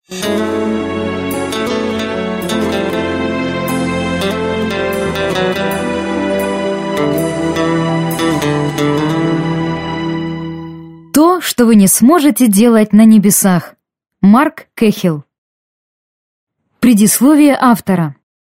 То, что вы не сможете делать на небесах. Марк Кэхилл. Предисловие автора.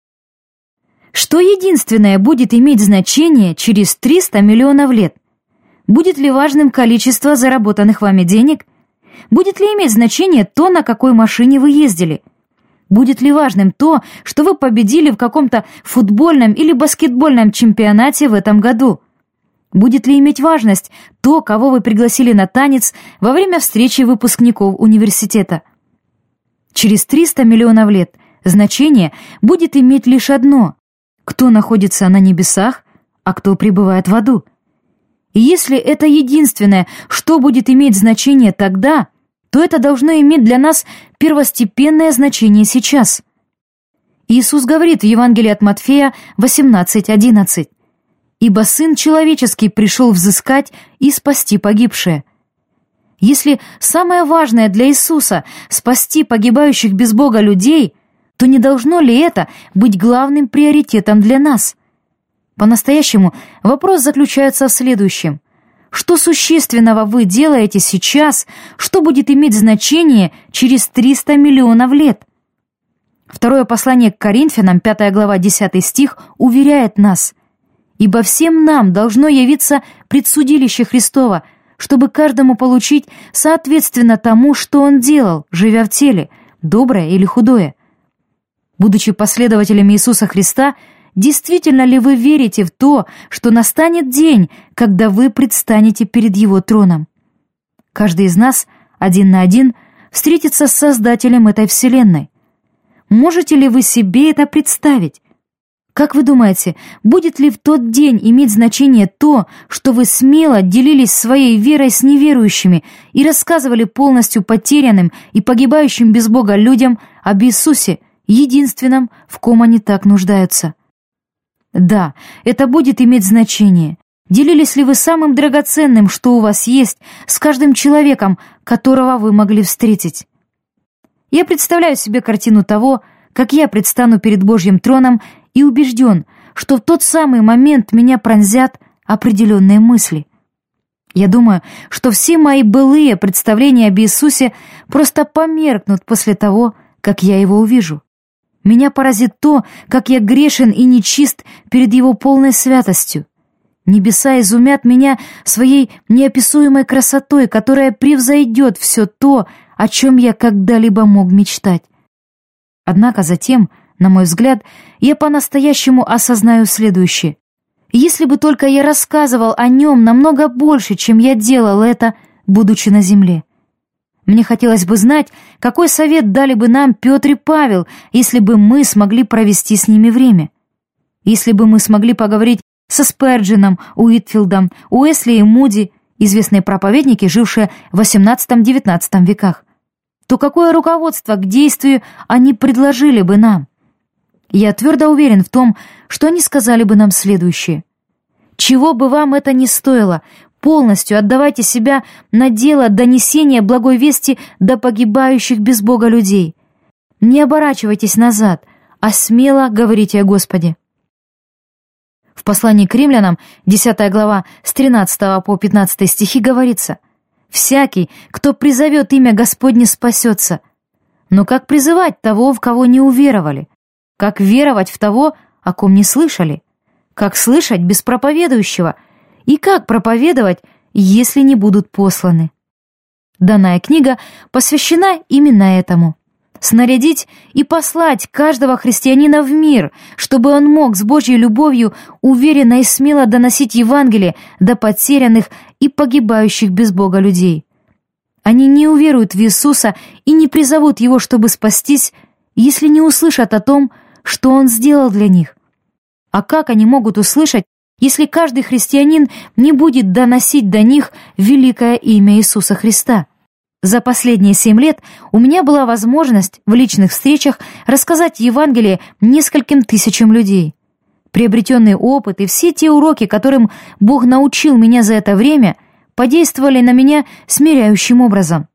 Что единственное будет иметь значение через 300 миллионов лет? Будет ли важным количество заработанных вами денег? Будет ли иметь значение то, на какой машине вы ездили? Будет ли важным то, что вы победили в каком-то футбольном или баскетбольном чемпионате в этом году? Будет ли иметь важность то, кого вы пригласили на танец во время встречи выпускников университета? Через 300 миллионов лет значение будет иметь лишь одно: кто находится на небесах, а кто пребывает в аду. И если это единственное, что будет иметь значение тогда, то это должно иметь для нас первостепенное значение сейчас. Иисус говорит в Евангелии от Матфея 18:11: «Ибо Сын Человеческий пришел взыскать и спасти погибшее». Если самое важное для Иисуса — спасти погибающих без Бога людей, то не должно ли это быть главным приоритетом для нас? По-настоящему вопрос заключается в следующем: что существенного вы делаете сейчас, что будет иметь значение через 300 миллионов лет? Второе послание к Коринфянам, 5 глава, 10 стих, уверяет нас: «Ибо всем нам должно явиться предсудилище Христово, чтобы каждому получить соответственно тому, что он делал, живя в теле, доброе или худое». Будучи последователями Иисуса Христа, действительно ли вы верите в то, что настанет день, когда вы предстанете перед Его троном? Каждый из нас, один на один, встретится с Создателем этой вселенной. Можете ли вы себе это представить? Как вы думаете, будет ли в тот день иметь значение то, что вы смело делились своей верой с неверующими и рассказывали полностью потерянным и погибающим без Бога людям об Иисусе, единственном, в ком они так нуждаются? Да, это будет иметь значение. Делились ли вы самым драгоценным, что у вас есть, с каждым человеком, которого вы могли встретить? Я представляю себе картину того, как я предстану перед Божьим троном, и убежден, что в тот самый момент меня пронзят определенные мысли. Я думаю, что все мои былые представления об Иисусе просто померкнут после того, как я Его увижу. Меня поразит то, как я грешен и нечист перед Его полной святостью. Небеса изумят меня своей неописуемой красотой, которая превзойдет все то, о чем я когда-либо мог мечтать. Однако затем, на мой взгляд, я по-настоящему осознаю следующее. Если бы только я рассказывал о Нем намного больше, чем я делал это, будучи на земле. Мне хотелось бы знать, какой совет дали бы нам Петр и Павел, если бы мы смогли провести с ними время. Если бы мы смогли поговорить со Спurgeoном, Уитфилдом, Уэсли и Муди, известные проповедники, жившие в XVIII-XIX веках, то какое руководство к действию они предложили бы нам? Я твердо уверен в том, что они сказали бы нам следующее: «Чего бы вам это ни стоило, полностью отдавайте себя на дело донесения благой вести до погибающих без Бога людей. Не оборачивайтесь назад, а смело говорите о Господе». В послании к Римлянам, 10 глава, с 13 по 15 стихи говорится: «Всякий, кто призовет имя Господне, спасется. Но как призывать того, в кого не уверовали? Как веровать в того, о ком не слышали? Как слышать без проповедующего? И как проповедовать, если не будут посланы?» Данная книга посвящена именно этому. Снарядить и послать каждого христианина в мир, чтобы он мог с Божьей любовью уверенно и смело доносить Евангелие до потерянных и погибающих без Бога людей. Они не уверуют в Иисуса и не призовут Его, чтобы спастись, если не услышат о том, что Он сделал для них. А как они могут услышать, если каждый христианин не будет доносить до них великое имя Иисуса Христа? За последние 7 лет у меня была возможность в личных встречах рассказать Евангелие нескольким тысячам людей. Приобретенный опыт и все те уроки, которым Бог научил меня за это время, подействовали на меня смиряющим образом.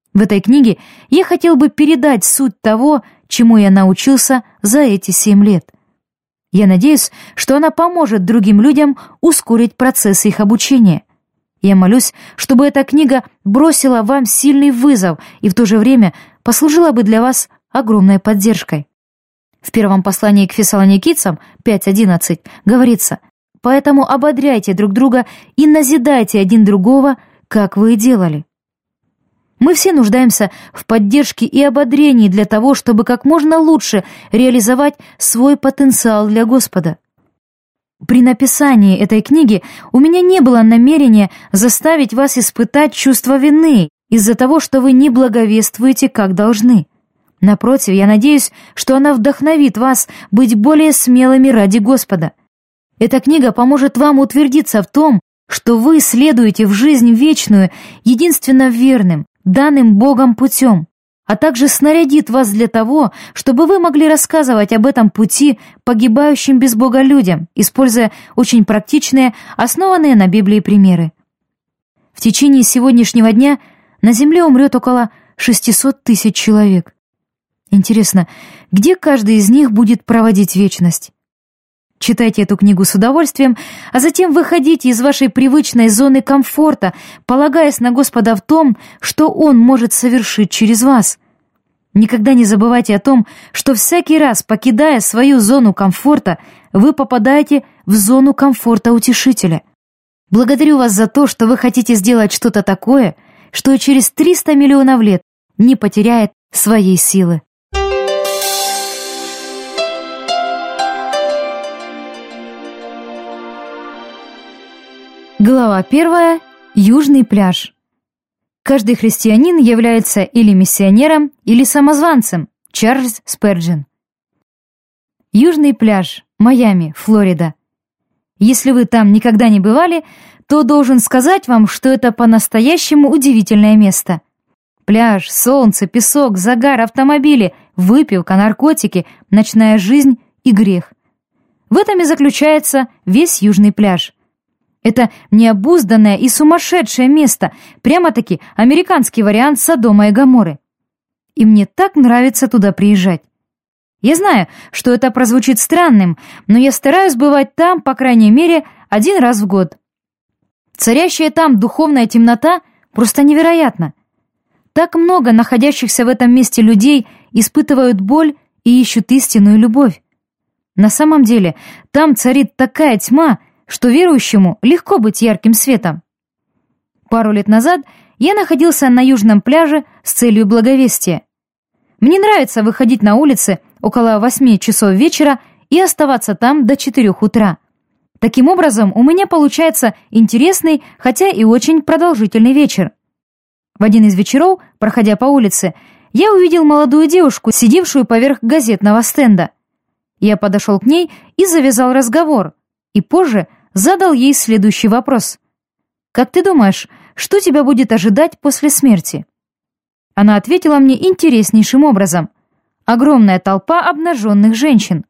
В этой книге я хотел бы передать суть того, чему я научился за эти 7 лет. Я надеюсь, что она поможет другим людям ускорить процесс их обучения. Я молюсь, чтобы эта книга бросила вам сильный вызов и в то же время послужила бы для вас огромной поддержкой. В первом послании к Фессалоникийцам 5:11 говорится: «Поэтому ободряйте друг друга и назидайте один другого, как вы и делали». Мы все нуждаемся в поддержке и ободрении для того, чтобы как можно лучше реализовать свой потенциал для Господа. При написании этой книги у меня не было намерения заставить вас испытать чувство вины из-за того, что вы не благовествуете, как должны. Напротив, я надеюсь, что она вдохновит вас быть более смелыми ради Господа. Эта книга поможет вам утвердиться в том, что вы следуете в жизнь вечную единственно верным, данным Богом путем, а также снарядит вас для того, чтобы вы могли рассказывать об этом пути погибающим без Бога людям, используя очень практичные, основанные на Библии примеры. В течение сегодняшнего дня на Земле умрет около 600 тысяч человек. Интересно, где каждый из них будет проводить вечность? Читайте эту книгу с удовольствием, а затем выходите из вашей привычной зоны комфорта, полагаясь на Господа в том, что Он может совершить через вас. Никогда не забывайте о том, что всякий раз, покидая свою зону комфорта, вы попадаете в зону комфорта Утешителя. Благодарю вас за то, что вы хотите сделать что-то такое, что через 300 миллионов лет не потеряет своей силы. Глава 1. Южный пляж. Каждый христианин является или миссионером, или самозванцем. Чарльз Сперджин. Южный пляж, Майами, Флорида. Если вы там никогда не бывали, то должен сказать вам, что это по-настоящему удивительное место. Пляж, солнце, песок, загар, автомобили, выпивка, наркотики, ночная жизнь и грех. В этом и заключается весь южный пляж. Это необузданное и сумасшедшее место, прямо-таки американский вариант Содома и Гоморры. И мне так нравится туда приезжать. Я знаю, что это прозвучит странным, но я стараюсь бывать там, по крайней мере, 1 раз в год. Царящая там духовная темнота просто невероятна. Так много находящихся в этом месте людей испытывают боль и ищут истинную любовь. На самом деле, там царит такая тьма, что верующему легко быть ярким светом. Пару лет назад я находился на южном пляже с целью благовестия. Мне нравится выходить на улицы около 8 часов вечера и оставаться там до 4 утра. Таким образом, у меня получается интересный, хотя и очень продолжительный вечер. В один из вечеров, проходя по улице, я увидел молодую девушку, сидевшую поверх газетного стенда. Я подошел к ней и завязал разговор, и позже задал ей следующий вопрос. «Как ты думаешь, что тебя будет ожидать после смерти?» Она ответила мне интереснейшим образом. Огромная толпа обнаженных женщин.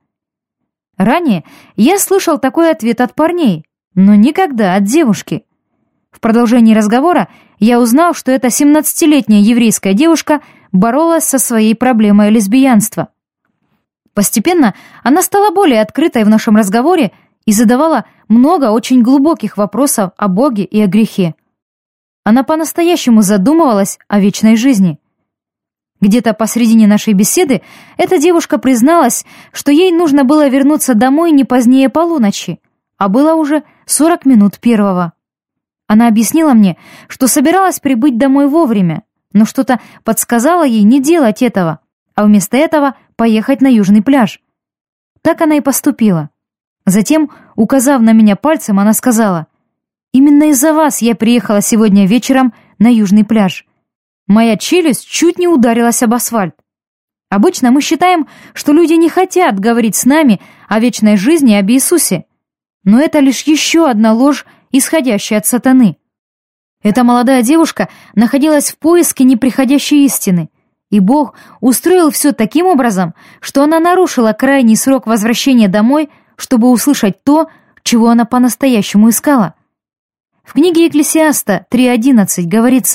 Ранее я слышал такой ответ от парней, но никогда от девушки. В продолжении разговора я узнал, что эта 17-летняя еврейская девушка боролась со своей проблемой лесбиянства. Постепенно она стала более открытой в нашем разговоре и задавала много очень глубоких вопросов о Боге и о грехе. Она по-настоящему задумывалась о вечной жизни. Где-то посредине нашей беседы эта девушка призналась, что ей нужно было вернуться домой не позднее полуночи, а было уже 40 минут 1. Она объяснила мне, что собиралась прибыть домой вовремя, но что-то подсказало ей не делать этого, а вместо этого поехать на южный пляж. Так она и поступила. Затем, указав на меня пальцем, она сказала: «Именно из-за вас я приехала сегодня вечером на южный пляж». Моя челюсть чуть не ударилась об асфальт. Обычно мы считаем, что люди не хотят говорить с нами о вечной жизни и об Иисусе. Но это лишь еще одна ложь, исходящая от сатаны. Эта молодая девушка находилась в поиске неприходящей истины, и Бог устроил все таким образом, что она нарушила крайний срок возвращения домой, чтобы услышать то, чего она по-настоящему искала. В книге Екклесиаста 3:11 говорится: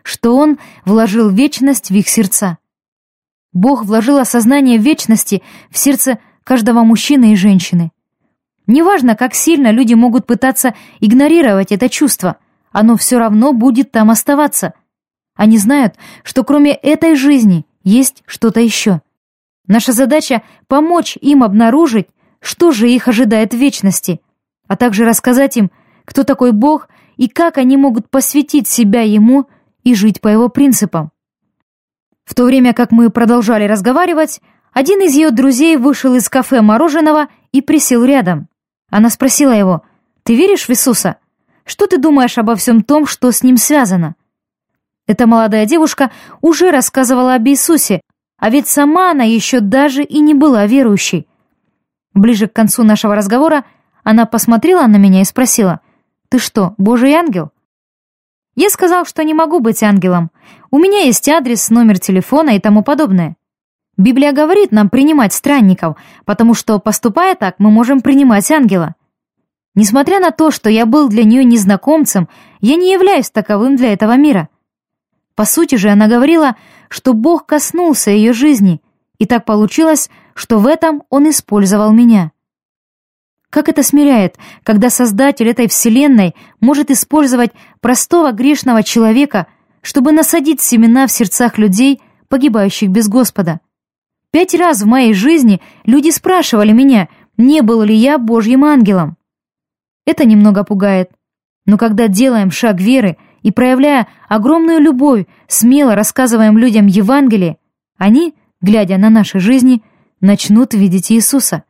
что Он вложил вечность в их сердца. Бог вложил осознание вечности в сердце каждого мужчины и женщины. Неважно, как сильно люди могут пытаться игнорировать это чувство, оно все равно будет там оставаться. Они знают, что кроме этой жизни есть что-то еще. Наша задача — помочь им обнаружить, что же их ожидает в вечности, а также рассказать им, кто такой Бог и как они могут посвятить себя Ему и жить по Его принципам. В то время как мы продолжали разговаривать, один из ее друзей вышел из кафе мороженого и присел рядом. Она спросила его: «Ты веришь в Иисуса? Что ты думаешь обо всем том, что с Ним связано?» Эта молодая девушка уже рассказывала об Иисусе, а ведь сама она еще даже и не была верующей. Ближе к концу нашего разговора она посмотрела на меня и спросила: «Ты что, Божий ангел?» Я сказал, что не могу быть ангелом. У меня есть адрес, номер телефона и тому подобное. Библия говорит нам принимать странников, потому что, поступая так, мы можем принимать ангела. Несмотря на то, что я был для нее незнакомцем, я не являюсь таковым для этого мира. По сути же, она говорила, что Бог коснулся ее жизни, и так получилось, что в этом Он использовал меня. Как это смиряет, когда Создатель этой вселенной может использовать простого грешного человека, чтобы насадить семена в сердцах людей, погибающих без Господа. 5 раз в моей жизни люди спрашивали меня, не был ли я Божьим ангелом. Это немного пугает. Но когда делаем шаг веры и, проявляя огромную любовь, смело рассказываем людям Евангелие, они, глядя на наши жизни, начнут видеть Иисуса.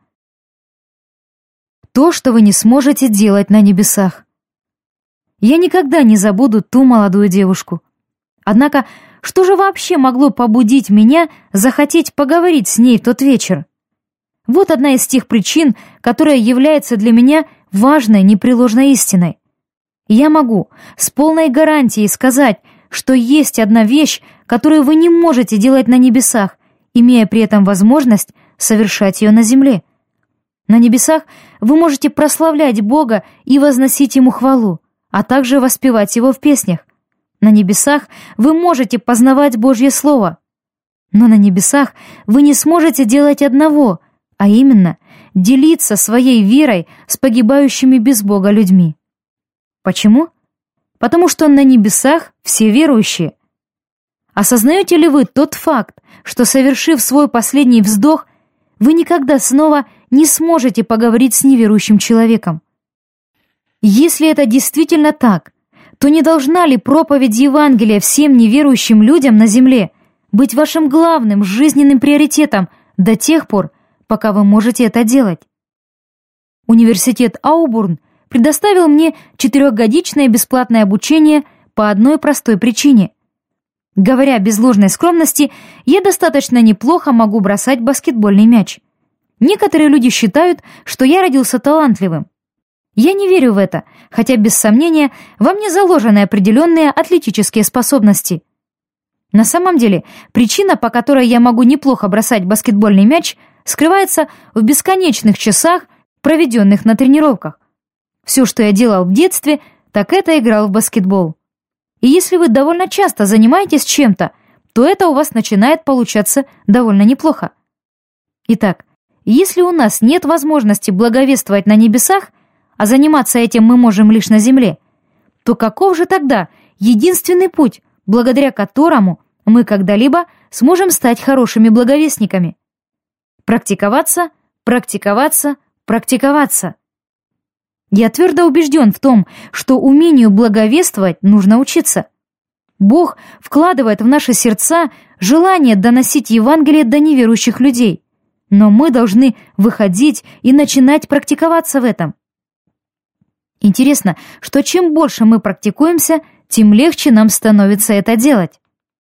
То, что вы не сможете делать на небесах. Я никогда не забуду ту молодую девушку. Однако, что же вообще могло побудить меня захотеть поговорить с ней в тот вечер? Вот одна из тех причин, которая является для меня важной, непреложной истиной. Я могу с полной гарантией сказать, что есть одна вещь, которую вы не можете делать на небесах, имея при этом возможность совершать ее на земле. На небесах вы можете прославлять Бога и возносить Ему хвалу, а также воспевать Его в песнях. На небесах вы можете познавать Божье Слово. Но на небесах вы не сможете делать одного, а именно делиться своей верой с погибающими без Бога людьми. Почему? Потому что на небесах все верующие. Осознаете ли вы тот факт, что, совершив свой последний вздох, вы никогда снова не сможете поговорить с неверующим человеком? Если это действительно так, то не должна ли проповедь Евангелия всем неверующим людям на земле быть вашим главным жизненным приоритетом до тех пор, пока вы можете это делать? Университет Аубурн предоставил мне 4-годичное бесплатное обучение по одной простой причине. Говоря без ложной скромности, я достаточно неплохо могу бросать баскетбольный мяч. Некоторые люди считают, что я родился талантливым. Я не верю в это, хотя без сомнения во мне заложены определенные атлетические способности. На самом деле, причина, по которой я могу неплохо бросать баскетбольный мяч, скрывается в бесконечных часах, проведенных на тренировках. Все, что я делал в детстве, так это играл в баскетбол. И если вы довольно часто занимаетесь чем-то, то это у вас начинает получаться довольно неплохо. Итак, если у нас нет возможности благовествовать на небесах, а заниматься этим мы можем лишь на земле, то каков же тогда единственный путь, благодаря которому мы когда-либо сможем стать хорошими благовестниками? Практиковаться, практиковаться, практиковаться. Я твердо убежден в том, что умению благовествовать нужно учиться. Бог вкладывает в наши сердца желание доносить Евангелие до неверующих людей, но мы должны выходить и начинать практиковаться в этом. Интересно, что чем больше мы практикуемся, тем легче нам становится это делать.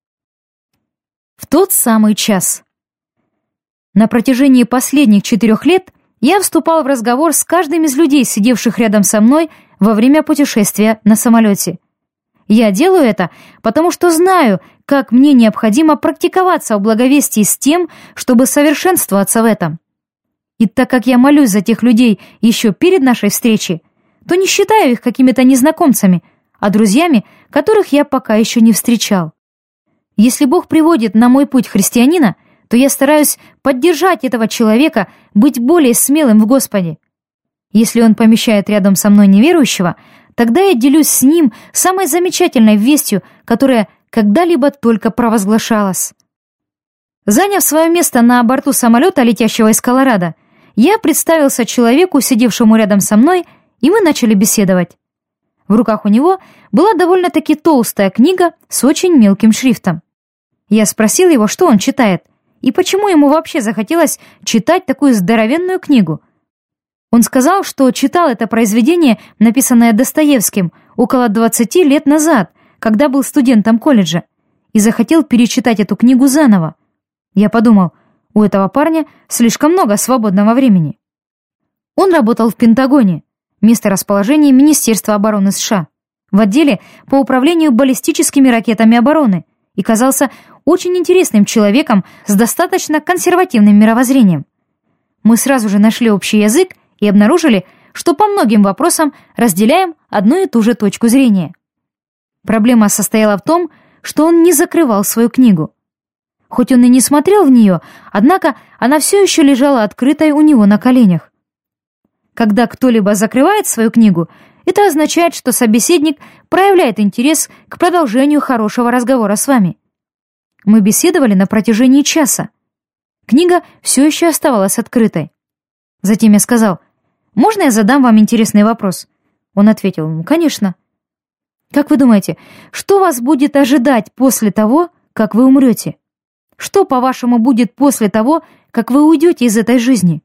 В тот самый час. На протяжении последних 4 лет я вступал в разговор с каждым из людей, сидевших рядом со мной во время путешествия на самолете. Я делаю это, потому что знаю, как мне необходимо практиковаться в благовестии с тем, чтобы совершенствоваться в этом. И так как я молюсь за тех людей еще перед нашей встречей, то не считаю их какими-то незнакомцами, а друзьями, которых я пока еще не встречал. Если Бог приводит на мой путь христианина, то я стараюсь поддержать этого человека, быть более смелым в Господе. Если он помещает рядом со мной неверующего, тогда я делюсь с ним самой замечательной вестью, которая когда-либо только провозглашалась. Заняв свое место на борту самолета, летящего из Колорадо, я представился человеку, сидевшему рядом со мной, и мы начали беседовать. В руках у него была довольно-таки толстая книга с очень мелким шрифтом. Я спросил его, что он читает, и почему ему вообще захотелось читать такую здоровенную книгу. Он сказал, что читал это произведение, написанное Достоевским, около 20 лет назад, когда был студентом колледжа, и захотел перечитать эту книгу заново. Я подумал, у этого парня слишком много свободного времени. Он работал в Пентагоне, месторасположении Министерства обороны США, в отделе по управлению баллистическими ракетами обороны, и казался очень интересным человеком с достаточно консервативным мировоззрением. Мы сразу же нашли общий язык и обнаружили, что по многим вопросам разделяем одну и ту же точку зрения. Проблема состояла в том, что он не закрывал свою книгу. Хоть он и не смотрел в нее, однако она все еще лежала открытой у него на коленях. Когда кто-либо закрывает свою книгу, это означает, что собеседник проявляет интерес к продолжению хорошего разговора с вами. Мы беседовали на протяжении часа. Книга все еще оставалась открытой. Затем я сказал: «Можно я задам вам интересный вопрос?» Он ответил: «Конечно». Как вы думаете, что вас будет ожидать после того, как вы умрете? Что, по-вашему, будет после того, как вы уйдете из этой жизни?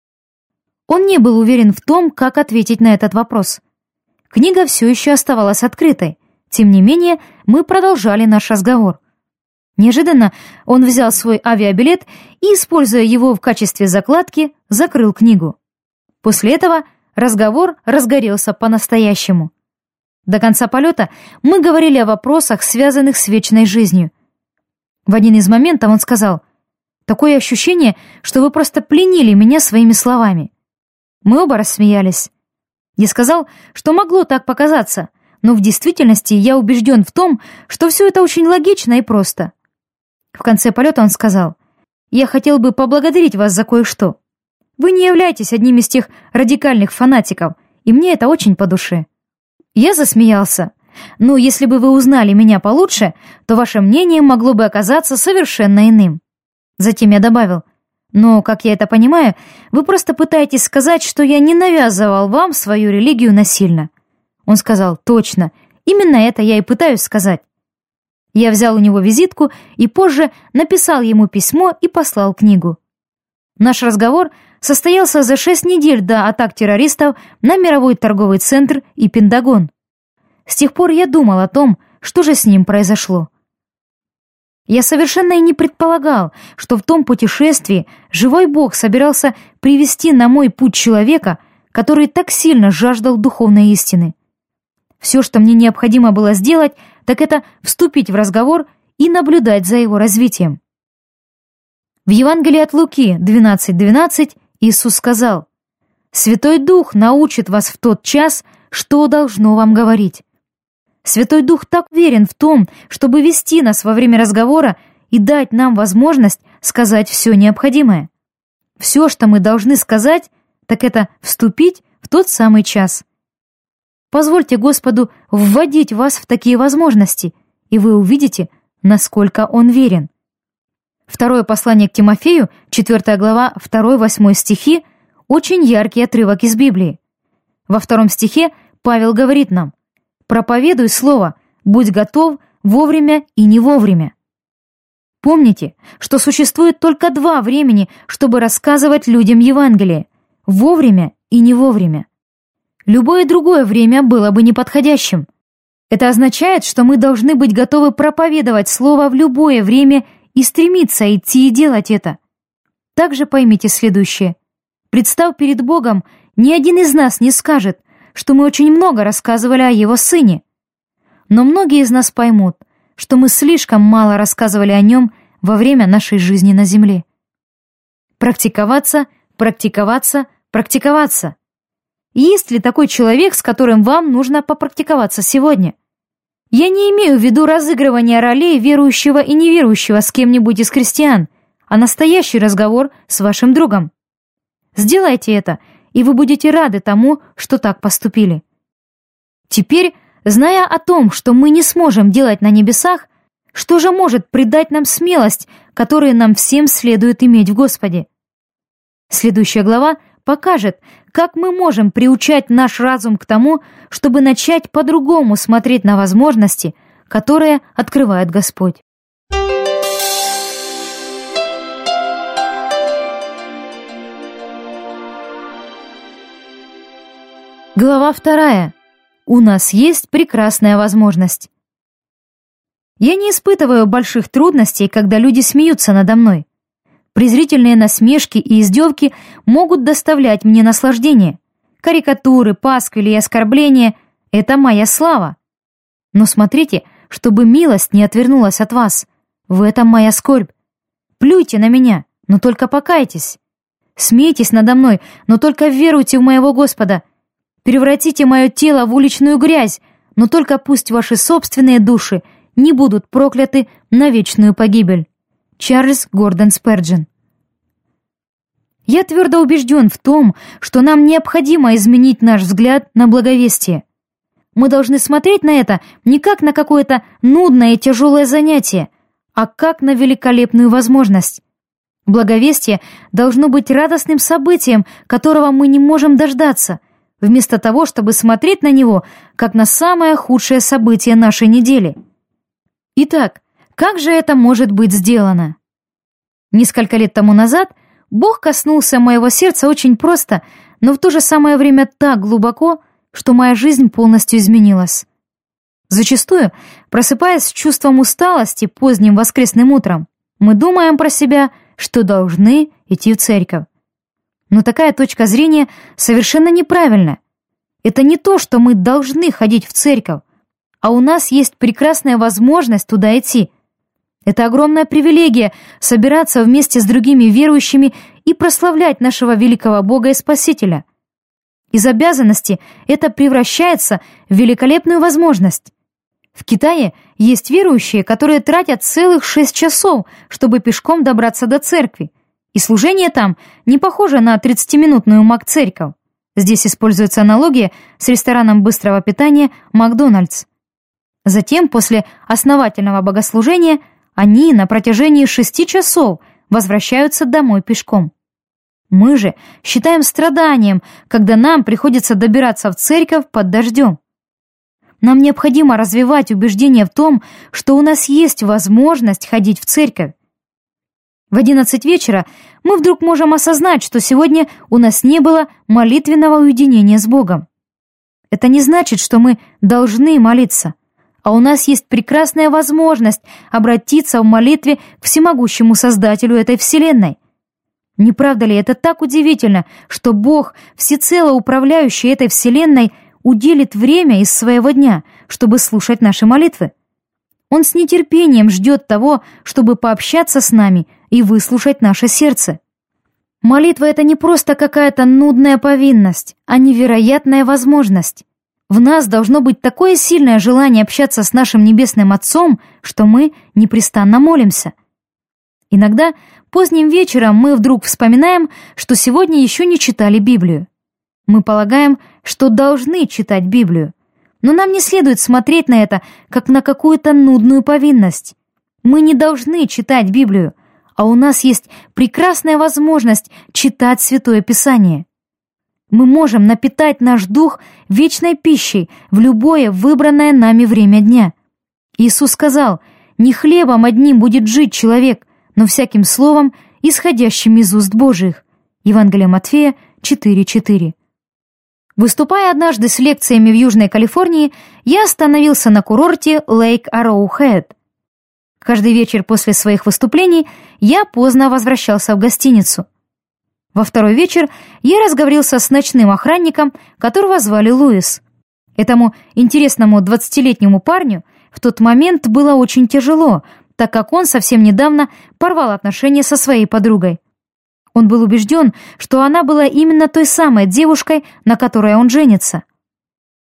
Он не был уверен в том, как ответить на этот вопрос. Книга все еще оставалась открытой. Тем не менее, мы продолжали наш разговор. Неожиданно он взял свой авиабилет и, используя его в качестве закладки, закрыл книгу. После этого разговор разгорелся по-настоящему. До конца полета мы говорили о вопросах, связанных с вечной жизнью. В один из моментов он сказал: «Такое ощущение, что вы просто пленили меня своими словами». Мы оба рассмеялись. Я сказал, что могло так показаться, но в действительности я убежден в том, что все это очень логично и просто. В конце полета он сказал: «Я хотел бы поблагодарить вас за кое-что. Вы не являетесь одним из тех радикальных фанатиков, и мне это очень по душе». Я засмеялся. «Но если бы вы узнали меня получше, то ваше мнение могло бы оказаться совершенно иным». Затем я добавил: «Но, как я это понимаю, вы просто пытаетесь сказать, что я не навязывал вам свою религию насильно». Он сказал: «Точно, именно это я и пытаюсь сказать». Я взял у него визитку и позже написал ему письмо и послал книгу. Наш разговор состоялся за 6 недель до атак террористов на мировой торговый центр и Пентагон. С тех пор я думал о том, что же с ним произошло. Я совершенно и не предполагал, что в том путешествии живой Бог собирался привести на мой путь человека, который так сильно жаждал духовной истины. Все, что мне необходимо было сделать, так это вступить в разговор и наблюдать за его развитием. В Евангелии от Луки 12:12 Иисус сказал: «Святой Дух научит вас в тот час, что должно вам говорить». Святой Дух так уверен в том, чтобы вести нас во время разговора и дать нам возможность сказать все необходимое. Все, что мы должны сказать, так это вступить в тот самый час. Позвольте Господу вводить вас в такие возможности, и вы увидите, насколько Он верен. Второе послание к Тимофею, 4 глава, 2-8 стихи, очень яркий отрывок из Библии. Во 2 стихе Павел говорит нам: «Проповедуй слово, будь готов вовремя и не вовремя». Помните, что существует только 2 времени, чтобы рассказывать людям Евангелие: вовремя и не вовремя. Любое другое время было бы неподходящим. Это означает, что мы должны быть готовы проповедовать слово в любое время и стремиться идти и делать это. Также поймите следующее. Представ перед Богом, ни один из нас не скажет, что мы очень много рассказывали о Его Сыне. Но многие из нас поймут, что мы слишком мало рассказывали о Нем во время нашей жизни на земле. Практиковаться, практиковаться, практиковаться. Есть ли такой человек, с которым вам нужно попрактиковаться сегодня? Я не имею в виду разыгрывание ролей верующего и неверующего с кем-нибудь из христиан, а настоящий разговор с вашим другом. Сделайте это, и вы будете рады тому, что так поступили. Теперь, зная о том, что мы не сможем делать на небесах, что же может придать нам смелость, которую нам всем следует иметь в Господе? Следующая глава покажет, как мы можем приучать наш разум к тому, чтобы начать по-другому смотреть на возможности, которые открывает Господь. Глава 2. У нас есть прекрасная возможность. Я не испытываю больших трудностей, когда люди смеются надо мной. Презрительные насмешки и издевки могут доставлять мне наслаждение. Карикатуры, пасквили и оскорбления — это моя слава. Но смотрите, чтобы милость не отвернулась от вас. В этом моя скорбь. Плюйте на меня, но только покайтесь. Смейтесь надо мной, но только веруйте в моего Господа. Превратите мое тело в уличную грязь, но только пусть ваши собственные души не будут прокляты на вечную погибель. Чарльз Гордон Сперджин. Я твердо убежден в том, что нам необходимо изменить наш взгляд на благовестие. Мы должны смотреть на это не как на какое-то нудное и тяжелое занятие, а как на великолепную возможность. Благовестие должно быть радостным событием, которого мы не можем дождаться, вместо того, чтобы смотреть на него, как на самое худшее событие нашей недели. Итак, как же это может быть сделано? Несколько лет тому назад Бог коснулся моего сердца очень просто, но в то же самое время так глубоко, что моя жизнь полностью изменилась. Зачастую, просыпаясь с чувством усталости поздним воскресным утром, мы думаем про себя, что должны идти в церковь. Но такая точка зрения совершенно неправильна. Это не то, что мы должны ходить в церковь, а у нас есть прекрасная возможность туда идти. Это огромная привилегия собираться вместе с другими верующими и прославлять нашего великого Бога и Спасителя. Из обязанности это превращается в великолепную возможность. В Китае есть верующие, которые тратят целых 6 часов, чтобы пешком добраться до церкви. И служение там не похоже на 30-минутную Мак-церковь. Здесь используется аналогия с рестораном быстрого питания «Макдональдс». Затем, после основательного богослужения, они на протяжении 6 часов возвращаются домой пешком. Мы же считаем страданием, когда нам приходится добираться в церковь под дождем. Нам необходимо развивать убеждение в том, что у нас есть возможность ходить в церковь. В 11 вечера мы вдруг можем осознать, что сегодня у нас не было молитвенного уединения с Богом. Это не значит, что мы должны молиться, а у нас есть прекрасная возможность обратиться в молитве к всемогущему Создателю этой вселенной. Не правда ли это так удивительно, что Бог, всецело управляющий этой вселенной, уделит время из своего дня, чтобы слушать наши молитвы? Он с нетерпением ждет того, чтобы пообщаться с нами и выслушать наше сердце. Молитва — это не просто какая-то нудная повинность, а невероятная возможность. В нас должно быть такое сильное желание общаться с нашим Небесным Отцом, что мы непрестанно молимся. Иногда поздним вечером мы вдруг вспоминаем, что сегодня еще не читали Библию. Мы полагаем, что должны читать Библию, но нам не следует смотреть на это, как на какую-то нудную повинность. Мы не должны читать Библию, а у нас есть прекрасная возможность читать Святое Писание. Мы можем напитать наш дух вечной пищей в любое выбранное нами время дня. Иисус сказал: «Не хлебом одним будет жить человек, но всяким словом, исходящим из уст Божиих». Евангелие Матфея 4:4. Выступая однажды с лекциями в Южной Калифорнии, я остановился на курорте Лейк Арроухэд. Каждый вечер после своих выступлений я поздно возвращался в гостиницу. Во второй вечер я разговорился с ночным охранником, которого звали Луис. Этому интересному 20-летнему парню в тот момент было очень тяжело, так как он совсем недавно порвал отношения со своей подругой. Он был убежден, что она была именно той самой девушкой, на которой он женится.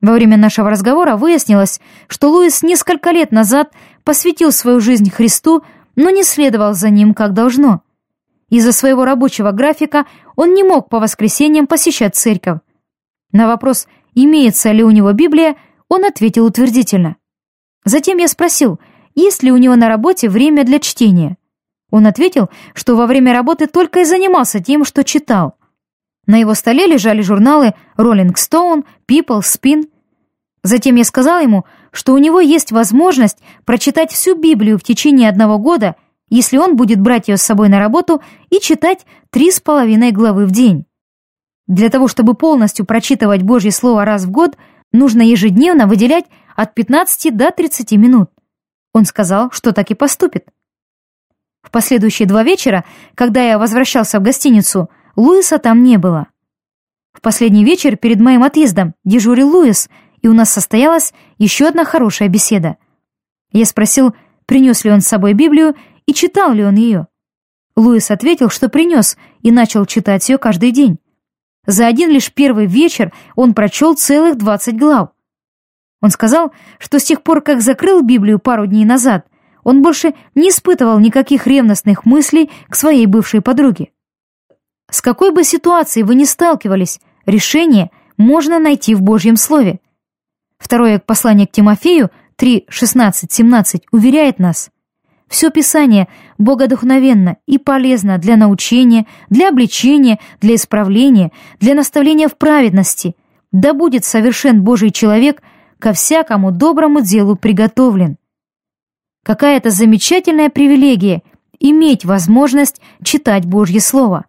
Во время нашего разговора выяснилось, что Луис несколько лет назад посвятил свою жизнь Христу, но не следовал за ним как должно. Из-за своего рабочего графика он не мог по воскресеньям посещать церковь. На вопрос, имеется ли у него Библия, он ответил утвердительно. Затем я спросил, есть ли у него на работе время для чтения. Он ответил, что во время работы только и занимался тем, что читал. На его столе лежали журналы Rolling Stone, People, Spin. Затем я сказал ему, что у него есть возможность прочитать всю Библию в течение 1 года, если он будет брать ее с собой на работу и читать 3,5 главы в день. Для того, чтобы полностью прочитывать Божье Слово раз в год, нужно ежедневно выделять от 15 до 30 минут. Он сказал, что так и поступит. В последующие 2 вечера, когда я возвращался в гостиницу, Луиса там не было. В последний вечер перед моим отъездом дежурил Луис, и у нас состоялась еще одна хорошая беседа. Я спросил, принес ли он с собой Библию и читал ли он ее. Луис ответил, что принес, и начал читать ее каждый день. За один лишь первый вечер он прочел целых 20 глав. Он сказал, что с тех пор, как закрыл Библию пару дней назад, он больше не испытывал никаких ревностных мыслей к своей бывшей подруге. С какой бы ситуацией вы ни сталкивались, решение можно найти в Божьем Слове. Второе послание к Тимофею 3:16-17 уверяет нас: все Писание богодухновенно и полезно для научения, для обличения, для исправления, для наставления в праведности, да будет совершен Божий человек, ко всякому доброму делу приготовлен. Какая это замечательная привилегия иметь возможность читать Божье Слово.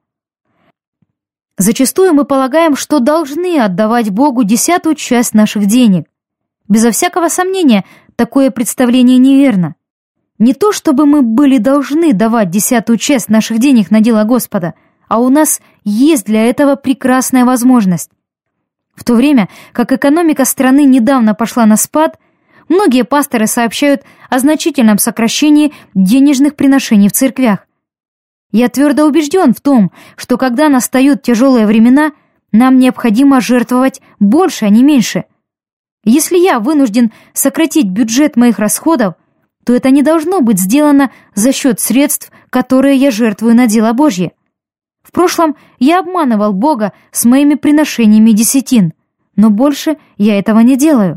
Зачастую мы полагаем, что должны отдавать Богу 10-ю часть наших денег. Безо всякого сомнения, такое представление неверно. Не то, чтобы мы были должны давать 10-ю часть наших денег на дело Господа, а у нас есть для этого прекрасная возможность. В то время, как экономика страны недавно пошла на спад, многие пасторы сообщают о значительном сокращении денежных приношений в церквях. Я твердо убежден в том, что когда настают тяжелые времена, нам необходимо жертвовать больше, а не меньше. Если я вынужден сократить бюджет моих расходов, то это не должно быть сделано за счет средств, которые я жертвую на дело Божье. В прошлом я обманывал Бога с моими приношениями десятин, но больше я этого не делаю.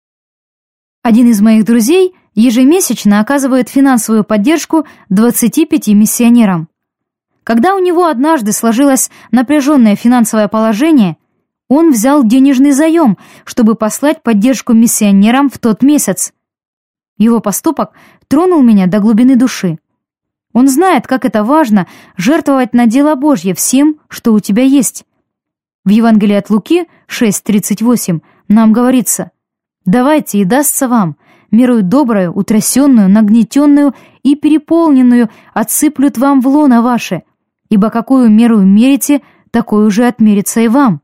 Один из моих друзей ежемесячно оказывает финансовую поддержку 25 миссионерам. Когда у него однажды сложилось напряженное финансовое положение, он взял денежный заем, чтобы послать поддержку миссионерам в тот месяц. Его поступок тронул меня до глубины души. Он знает, как это важно жертвовать на дело Божье всем, что у тебя есть. В Евангелии от Луки 6:38 нам говорится: «Давайте, и дастся вам, мерою доброю, утрясенную, нагнетенную и переполненную отсыплют вам в лоно ваше, ибо какую меру мерите, такую же отмерится и вам».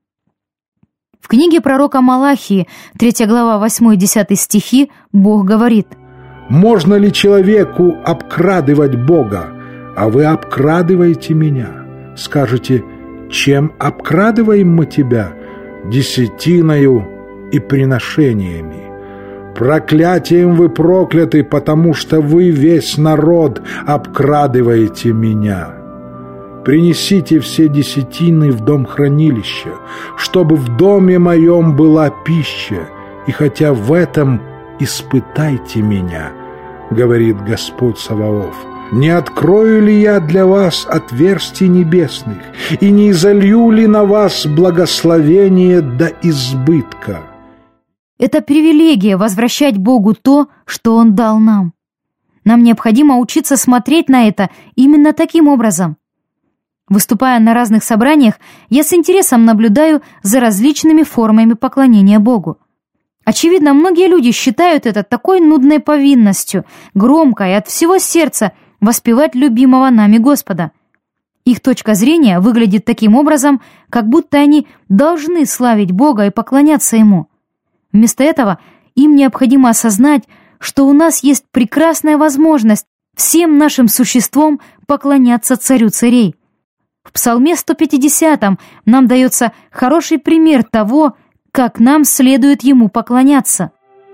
В книге пророка Малахии, 3 глава, 8-10 стихи, Бог говорит: «Можно ли человеку обкрадывать Бога, а вы обкрадываете меня? Скажете, чем обкрадываем мы тебя? Десятиною и приношениями. Проклятием вы прокляты, потому что вы, весь народ, обкрадываете меня. Принесите все десятины в дом хранилища, чтобы в доме моем была пища, и хотя в этом испытайте меня, говорит Господь Саваоф. Не открою ли я для вас отверстий небесных, и не изолью ли на вас благословение до избытка?» Это привилегия возвращать Богу то, что Он дал нам. Нам необходимо учиться смотреть на это именно таким образом. Выступая на разных собраниях, я с интересом наблюдаю за различными формами поклонения Богу. Очевидно, многие люди считают это такой нудной повинностью, громко и от всего сердца воспевать любимого нами Господа. Их точка зрения выглядит таким образом, как будто они должны славить Бога и поклоняться Ему. Вместо этого им необходимо осознать, что у нас есть прекрасная возможность всем нашим существом поклоняться Царю царей. В Псалме 150 нам дается хороший пример того, как нам следует Ему поклоняться.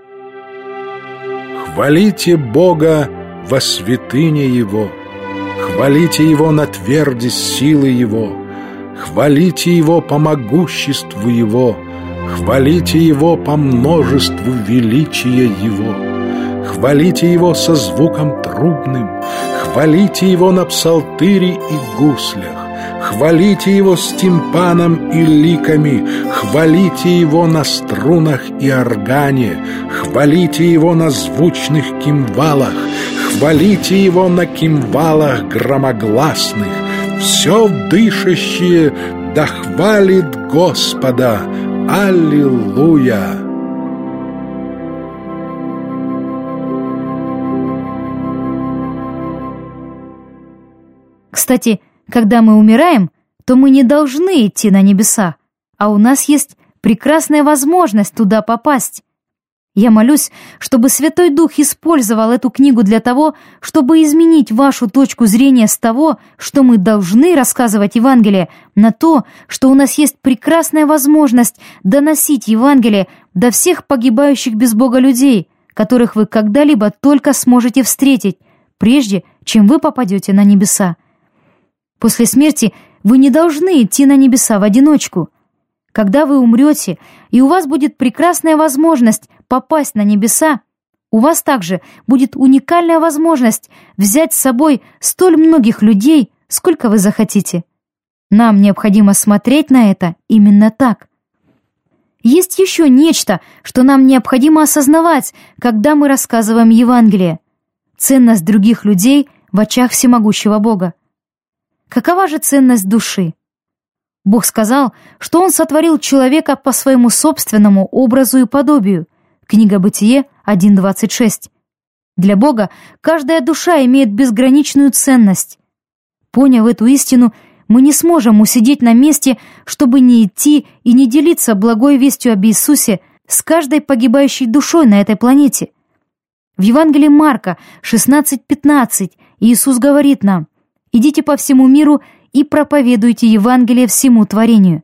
Хвалите Бога во святыне Его, хвалите Его на тверди силы Его, хвалите Его по могуществу Его, хвалите Его по множеству величия Его, хвалите Его со звуком трубным, хвалите Его на псалтыре и гуслях, хвалите Его с тимпаном и ликами, хвалите Его на струнах и органе, хвалите Его на звучных кимвалах, хвалите Его на кимвалах громогласных. Все дышащее да хвалит Господа. Аллилуйя! Кстати, когда мы умираем, то мы не должны идти на небеса, а у нас есть прекрасная возможность туда попасть. Я молюсь, чтобы Святой Дух использовал эту книгу для того, чтобы изменить вашу точку зрения с того, что мы должны рассказывать Евангелие, на то, что у нас есть прекрасная возможность доносить Евангелие до всех погибающих без Бога людей, которых вы когда-либо только сможете встретить, прежде чем вы попадете на небеса. После смерти вы не должны идти на небеса в одиночку. Когда вы умрете, и у вас будет прекрасная возможность попасть на небеса, у вас также будет уникальная возможность взять с собой столь многих людей, сколько вы захотите. Нам необходимо смотреть на это именно так. Есть еще нечто, что нам необходимо осознавать, когда мы рассказываем Евангелие. Ценность других людей в очах всемогущего Бога. Какова же ценность души? Бог сказал, что Он сотворил человека по своему собственному образу и подобию. Книга Бытие 1:26. Для Бога каждая душа имеет безграничную ценность. Поняв эту истину, мы не сможем усидеть на месте, чтобы не идти и не делиться благой вестью об Иисусе с каждой погибающей душой на этой планете. В Евангелии Марка 16:15 Иисус говорит нам: «Идите по всему миру и проповедуйте Евангелие всему творению».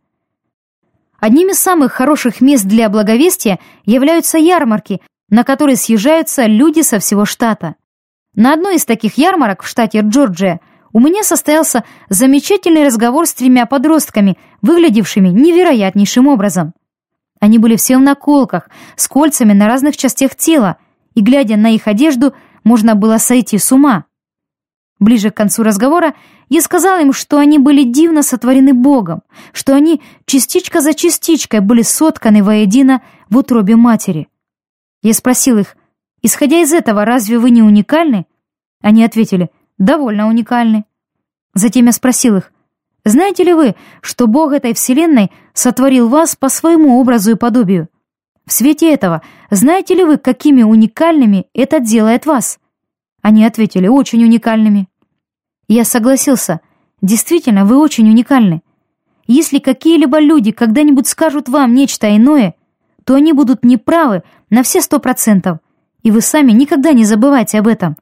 Одним из самых хороших мест для благовестия являются ярмарки, на которые съезжаются люди со всего штата. На одной из таких ярмарок в штате Джорджия у меня состоялся замечательный разговор с 3 подростками, выглядевшими невероятнейшим образом. Они были все в наколках, с кольцами на разных частях тела, и, глядя на их одежду, можно было сойти с ума. Ближе к концу разговора я сказал им, что они были дивно сотворены Богом, что они частичка за частичкой были сотканы воедино в утробе матери. Я спросил их: исходя из этого, разве вы не уникальны? Они ответили: довольно уникальны. Затем я спросил их: знаете ли вы, что Бог этой вселенной сотворил вас по своему образу и подобию? В свете этого, знаете ли вы, какими уникальными это делает вас? Они ответили: очень уникальными. Я согласился: действительно, вы очень уникальны. Если какие-либо люди когда-нибудь скажут вам нечто иное, то они будут неправы на все 100%, и вы сами никогда не забывайте об этом.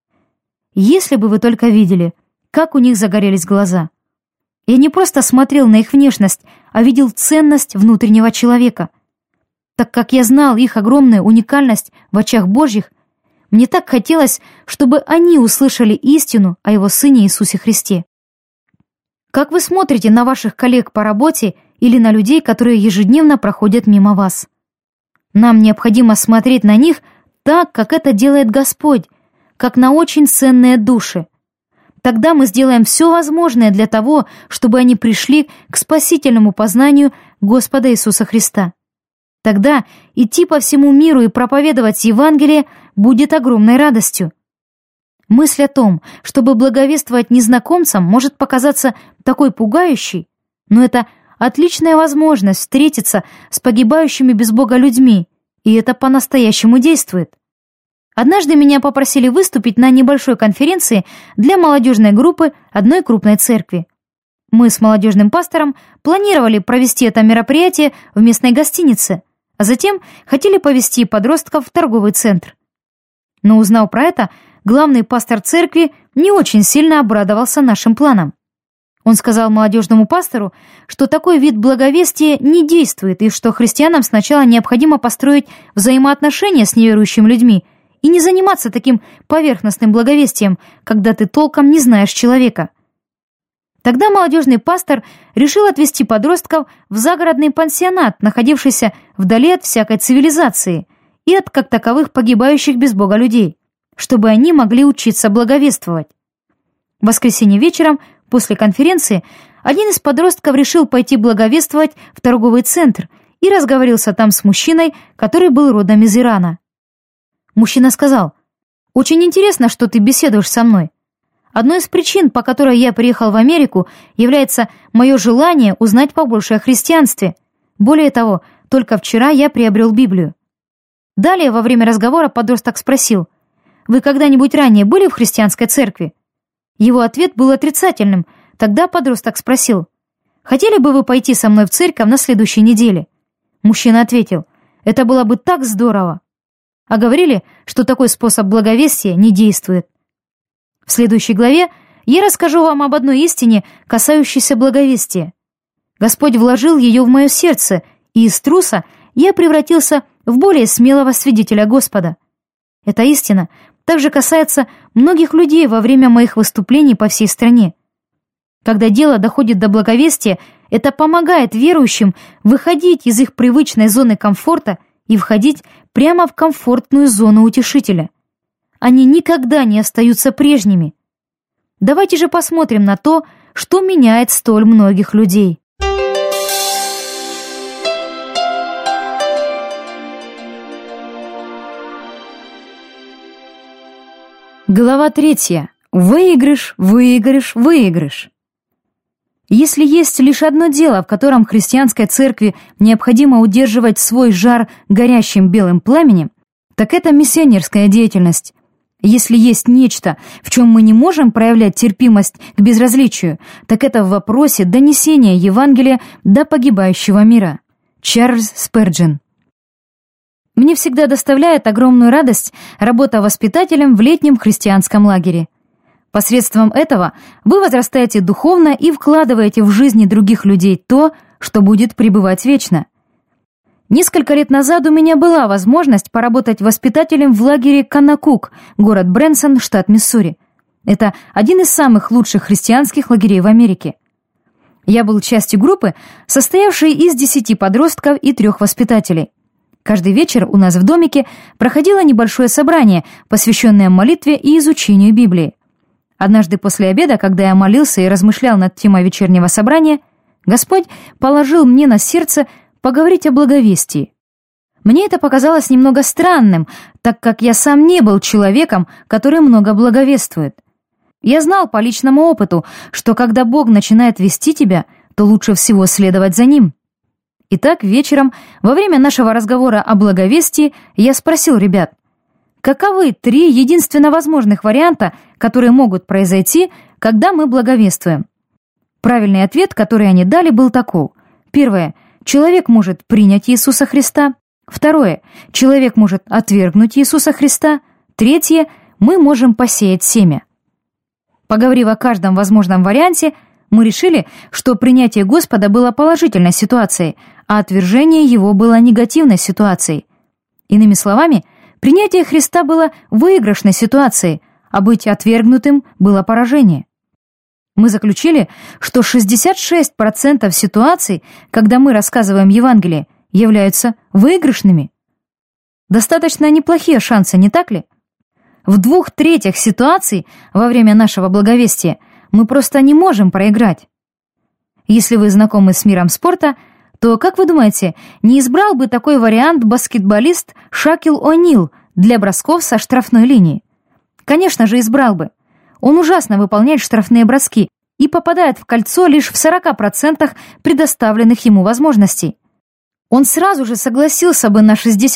Если бы вы только видели, как у них загорелись глаза. Я не просто смотрел на их внешность, а видел ценность внутреннего человека. Так как я знал их огромную уникальность в очах Божьих, мне так хотелось, чтобы они услышали истину о Его Сыне Иисусе Христе. Как вы смотрите на ваших коллег по работе или на людей, которые ежедневно проходят мимо вас? Нам необходимо смотреть на них так, как это делает Господь, как на очень ценные души. Тогда мы сделаем все возможное для того, чтобы они пришли к спасительному познанию Господа Иисуса Христа. Тогда идти по всему миру и проповедовать Евангелие будет огромной радостью. Мысль о том, чтобы благовествовать незнакомцам, может показаться такой пугающей, но это отличная возможность встретиться с погибающими без Бога людьми, и это по-настоящему действует. Однажды меня попросили выступить на небольшой конференции для молодежной группы одной крупной церкви. Мы с молодежным пастором планировали провести это мероприятие в местной гостинице, а затем хотели повести подростков в торговый центр. Но узнав про это, главный пастор церкви не очень сильно обрадовался нашим планам. Он сказал молодежному пастору, что такой вид благовестия не действует и что христианам сначала необходимо построить взаимоотношения с неверующими людьми и не заниматься таким поверхностным благовестием, когда ты толком не знаешь человека. Тогда молодежный пастор решил отвезти подростков в загородный пансионат, находившийся вдали от всякой цивилизации и от как таковых погибающих без Бога людей, чтобы они могли учиться благовествовать. В воскресенье вечером после конференции один из подростков решил пойти благовествовать в торговый центр и разговорился там с мужчиной, который был родом из Ирана. Мужчина сказал: «Очень интересно, что ты беседуешь со мной. Одной из причин, по которой я приехал в Америку, является мое желание узнать побольше о христианстве. Более того, только вчера я приобрел Библию». Далее, во время разговора, подросток спросил: «Вы когда-нибудь ранее были в христианской церкви?» Его ответ был отрицательным. Тогда подросток спросил: «Хотели бы вы пойти со мной в церковь на следующей неделе?» Мужчина ответил: «Это было бы так здорово». А говорили, что такой способ благовестия не действует. В следующей главе я расскажу вам об одной истине, касающейся благовестия. Господь вложил ее в мое сердце, и из труса я превратился в более смелого свидетеля Господа. Эта истина также касается многих людей во время моих выступлений по всей стране. Когда дело доходит до благовестия, это помогает верующим выходить из их привычной зоны комфорта и входить прямо в комфортную зону утешителя. Они никогда не остаются прежними. Давайте же посмотрим на то, что меняет столь многих людей. Глава 3. Выигрыш, выигрыш, выигрыш. Если есть лишь одно дело, в котором христианской церкви необходимо удерживать свой жар горящим белым пламенем, так это миссионерская деятельность. Если есть нечто, в чем мы не можем проявлять терпимость к безразличию, так это в вопросе донесения Евангелия до погибающего мира. Чарльз Спurgeon. Мне всегда доставляет огромную радость работа воспитателем в летнем христианском лагере. Посредством этого вы возрастаете духовно и вкладываете в жизни других людей то, что будет пребывать вечно. Несколько лет назад у меня была возможность поработать воспитателем в лагере Канакук, город Брэнсон, штат Миссури. Это один из самых лучших христианских лагерей в Америке. Я был частью группы, состоявшей из 10 подростков и 3 воспитателей. Каждый вечер у нас в домике проходило небольшое собрание, посвященное молитве и изучению Библии. Однажды после обеда, когда я молился и размышлял над темой вечернего собрания, Господь положил мне на сердце поговорить о благовестии. Мне это показалось немного странным, так как я сам не был человеком, который много благовествует. Я знал по личному опыту, что когда Бог начинает вести тебя, то лучше всего следовать за Ним. Итак, вечером, во время нашего разговора о благовестии, я спросил ребят: каковы 3 единственно возможных варианта, которые могут произойти, когда мы благовествуем? Правильный ответ, который они дали, был таков. Первое. Человек может принять Иисуса Христа. Второе. Человек может отвергнуть Иисуса Христа. Третье. Мы можем посеять семя. Поговорив о каждом возможном варианте, мы решили, что принятие Господа было положительной ситуацией, а отвержение Его было негативной ситуацией. Иными словами, принятие Христа было выигрышной ситуацией, а быть отвергнутым было поражение. Мы заключили, что 66% ситуаций, когда мы рассказываем Евангелие, являются выигрышными. Достаточно неплохие шансы, не так ли? В 2/3 ситуаций во время нашего благовестия мы просто не можем проиграть. Если вы знакомы с миром спорта, то, как вы думаете, не избрал бы такой вариант баскетболист Шакил О'Нил для бросков со штрафной линии? Конечно же, избрал бы. Он ужасно выполняет штрафные броски и попадает в кольцо лишь в 40% предоставленных ему возможностей. Он сразу же согласился бы на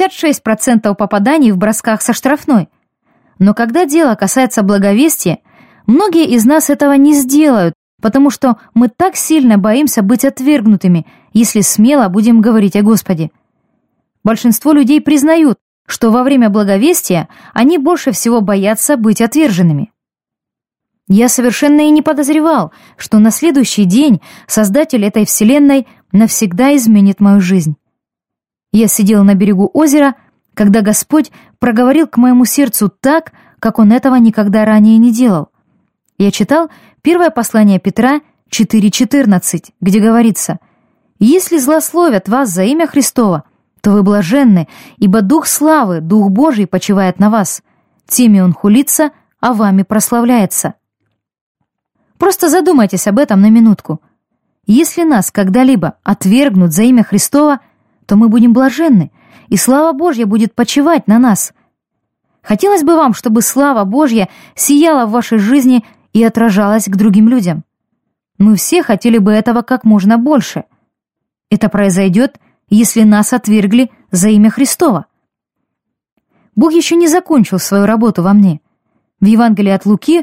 66% попаданий в бросках со штрафной. Но когда дело касается благовестия, многие из нас этого не сделают, потому что мы так сильно боимся быть отвергнутыми, если смело будем говорить о Господе. Большинство людей признают, что во время благовестия они больше всего боятся быть отверженными. Я совершенно и не подозревал, что на следующий день Создатель этой вселенной навсегда изменит мою жизнь. Я сидел на берегу озера, когда Господь проговорил к моему сердцу так, как Он этого никогда ранее не делал. Я читал первое послание Петра 4:14, где говорится: «Если злословят вас за имя Христово, то вы блаженны, ибо Дух славы, Дух Божий почивает на вас. Теми Он хулится, а вами прославляется». Просто задумайтесь об этом на минутку. Если нас когда-либо отвергнут за имя Христово, то мы будем блаженны, и слава Божья будет почивать на нас. Хотелось бы вам, чтобы слава Божья сияла в вашей жизни и отражалась к другим людям. Мы все хотели бы этого как можно больше. Это произойдет, если нас отвергли за имя Христово. Бог еще не закончил свою работу во мне. В Евангелии от Луки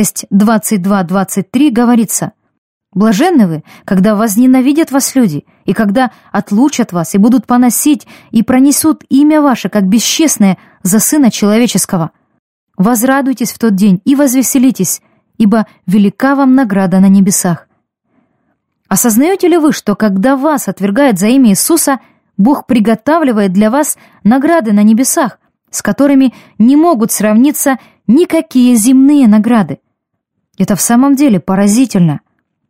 6:22-23 говорится: «Блаженны вы, когда возненавидят вас люди, и когда отлучат вас, и будут поносить, и пронесут имя ваше, как бесчестное, за Сына Человеческого. Возрадуйтесь в тот день и возвеселитесь, ибо велика вам награда на небесах». Осознаете ли вы, что когда вас отвергают за имя Иисуса, Бог приготавливает для вас награды на небесах, с которыми не могут сравниться никакие земные награды? Это в самом деле поразительно.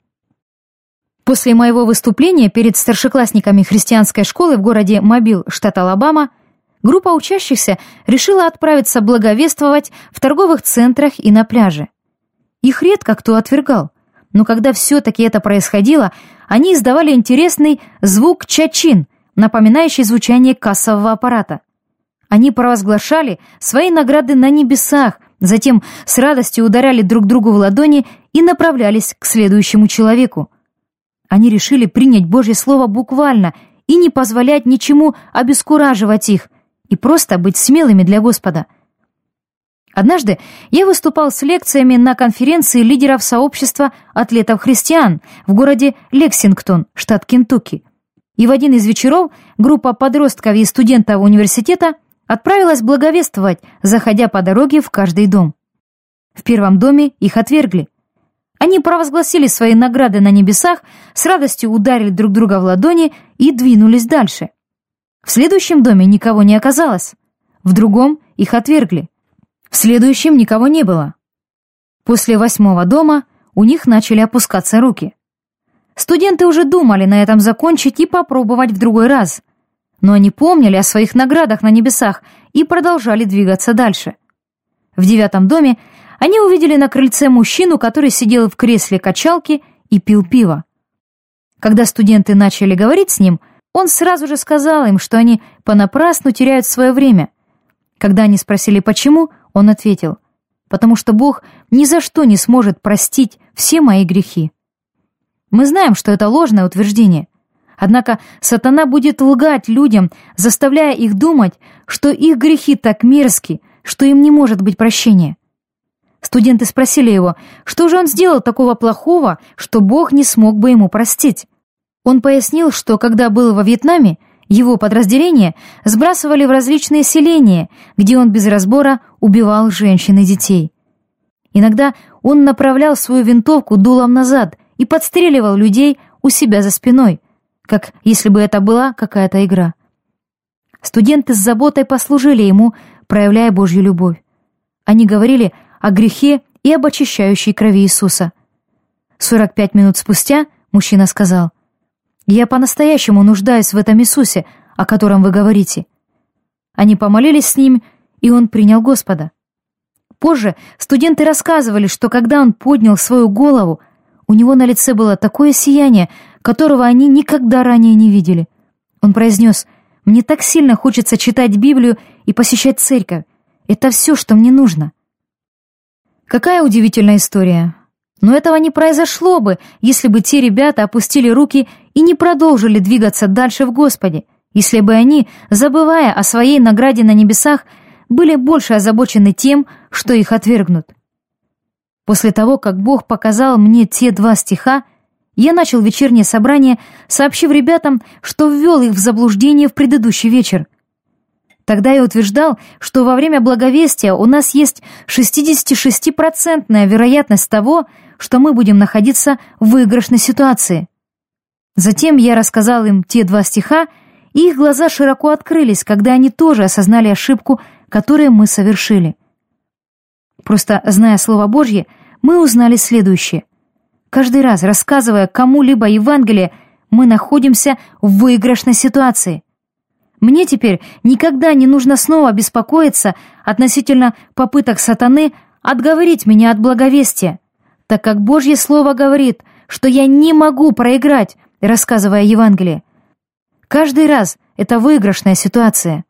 После моего выступления перед старшеклассниками христианской школы в городе Мобил, штат Алабама, группа учащихся решила отправиться благовествовать в торговых центрах и на пляже. Их редко кто отвергал, но когда все-таки это происходило, они издавали интересный звук чачин, напоминающий звучание кассового аппарата. Они провозглашали свои награды на небесах, затем с радостью ударяли друг другу в ладони и направлялись к следующему человеку. Они решили принять Божье Слово буквально и не позволять ничему обескураживать их, и просто быть смелыми для Господа. Однажды я выступал с лекциями на конференции лидеров сообщества атлетов-христиан в городе Лексингтон, штат Кентукки. И в один из вечеров группа подростков и студентов университета отправилась благовествовать, заходя по дороге в каждый дом. В первом доме их отвергли. Они провозгласили свои награды на небесах, с радостью ударили друг друга в ладони и двинулись дальше. В следующем доме никого не оказалось. В другом их отвергли. В следующем никого не было. После 8-го дома у них начали опускаться руки. Студенты уже думали на этом закончить и попробовать в другой раз. Но они помнили о своих наградах на небесах и продолжали двигаться дальше. В 9-м доме они увидели на крыльце мужчину, который сидел в кресле качалки и пил пиво. Когда студенты начали говорить с ним, он сразу же сказал им, что они понапрасну теряют свое время. Когда они спросили почему, он ответил: «Потому что Бог ни за что не сможет простить все мои грехи». Мы знаем, что это ложное утверждение. Однако сатана будет лгать людям, заставляя их думать, что их грехи так мерзки, что им не может быть прощения. Студенты спросили его, что же он сделал такого плохого, что Бог не смог бы ему простить. Он пояснил, что когда был во Вьетнаме, его подразделения сбрасывали в различные селения, где он без разбора убивал женщин и детей. Иногда он направлял свою винтовку дулом назад и подстреливал людей у себя за спиной, как если бы это была какая-то игра. Студенты с заботой послужили ему, проявляя Божью любовь. Они говорили о грехе и об очищающей крови Иисуса. 45 минут спустя мужчина сказал: «Я по-настоящему нуждаюсь в этом Иисусе, о котором вы говорите». Они помолились с ним, и он принял Господа. Позже студенты рассказывали, что когда он поднял свою голову, у него на лице было такое сияние, которого они никогда ранее не видели. Он произнес: «Мне так сильно хочется читать Библию и посещать церковь. Это все, что мне нужно». Какая удивительная история. Но этого не произошло бы, если бы те ребята опустили руки и не продолжили двигаться дальше в Господе, если бы они, забывая о своей награде на небесах, были больше озабочены тем, что их отвергнут. После того, как Бог показал мне те 2 стиха, я начал вечернее собрание, сообщив ребятам, что ввел их в заблуждение в предыдущий вечер. Тогда я утверждал, что во время благовестия у нас есть 66% вероятность того, что мы будем находиться в выигрышной ситуации. Затем я рассказал им те 2 стиха, и их глаза широко открылись, когда они тоже осознали ошибку, которую мы совершили. Просто, зная Слово Божье, мы узнали следующее. Каждый раз, рассказывая кому-либо Евангелие, мы находимся в выигрышной ситуации. Мне теперь никогда не нужно снова беспокоиться относительно попыток сатаны отговорить меня от благовестия, так как Божье Слово говорит, что я не могу проиграть, рассказывая Евангелие. Каждый раз это выигрышная ситуация.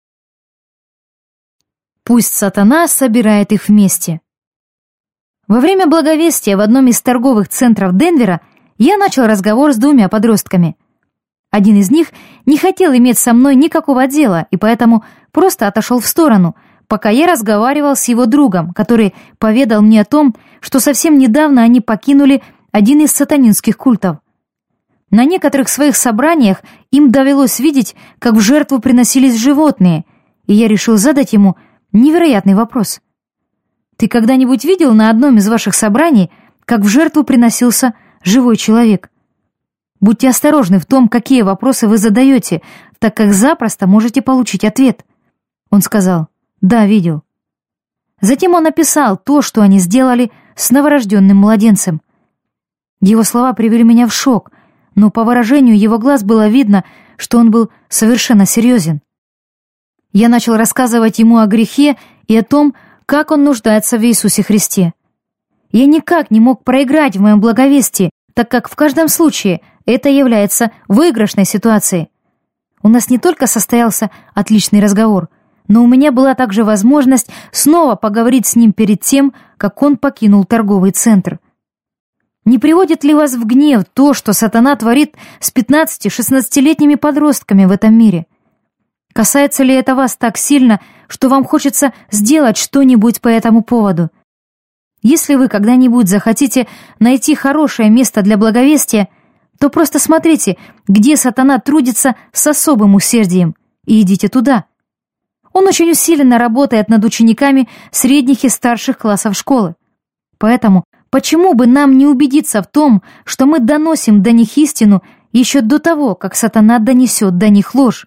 Пусть сатана собирает их вместе. Во время благовестия в одном из торговых центров Денвера я начал разговор с 2 подростками. Один из них не хотел иметь со мной никакого дела и поэтому просто отошел в сторону, пока я разговаривал с его другом, который поведал мне о том, что совсем недавно они покинули один из сатанинских культов. На некоторых своих собраниях им довелось видеть, как в жертву приносились животные, и я решил задать ему невероятный вопрос. «Ты когда-нибудь видел на одном из ваших собраний, как в жертву приносился живой человек?» Будьте осторожны в том, какие вопросы вы задаете, так как запросто можете получить ответ. Он сказал: «Да, видел». Затем он описал то, что они сделали с новорожденным младенцем. Его слова привели меня в шок, но по выражению его глаз было видно, что он был совершенно серьезен. Я начал рассказывать ему о грехе и о том, как он нуждается в Иисусе Христе. Я никак не мог проиграть в моем благовестии, так как в каждом случае это является выигрышной ситуацией. У нас не только состоялся отличный разговор, но у меня была также возможность снова поговорить с ним перед тем, как он покинул торговый центр. Не приводит ли вас в гнев то, что сатана творит с 15-16-летними подростками в этом мире? Касается ли это вас так сильно, что вам хочется сделать что-нибудь по этому поводу? Если вы когда-нибудь захотите найти хорошее место для благовестия, то просто смотрите, где сатана трудится с особым усердием, и идите туда. Он очень усиленно работает над учениками средних и старших классов школы. Поэтому почему бы нам не убедиться в том, что мы доносим до них истину еще до того, как сатана донесет до них ложь?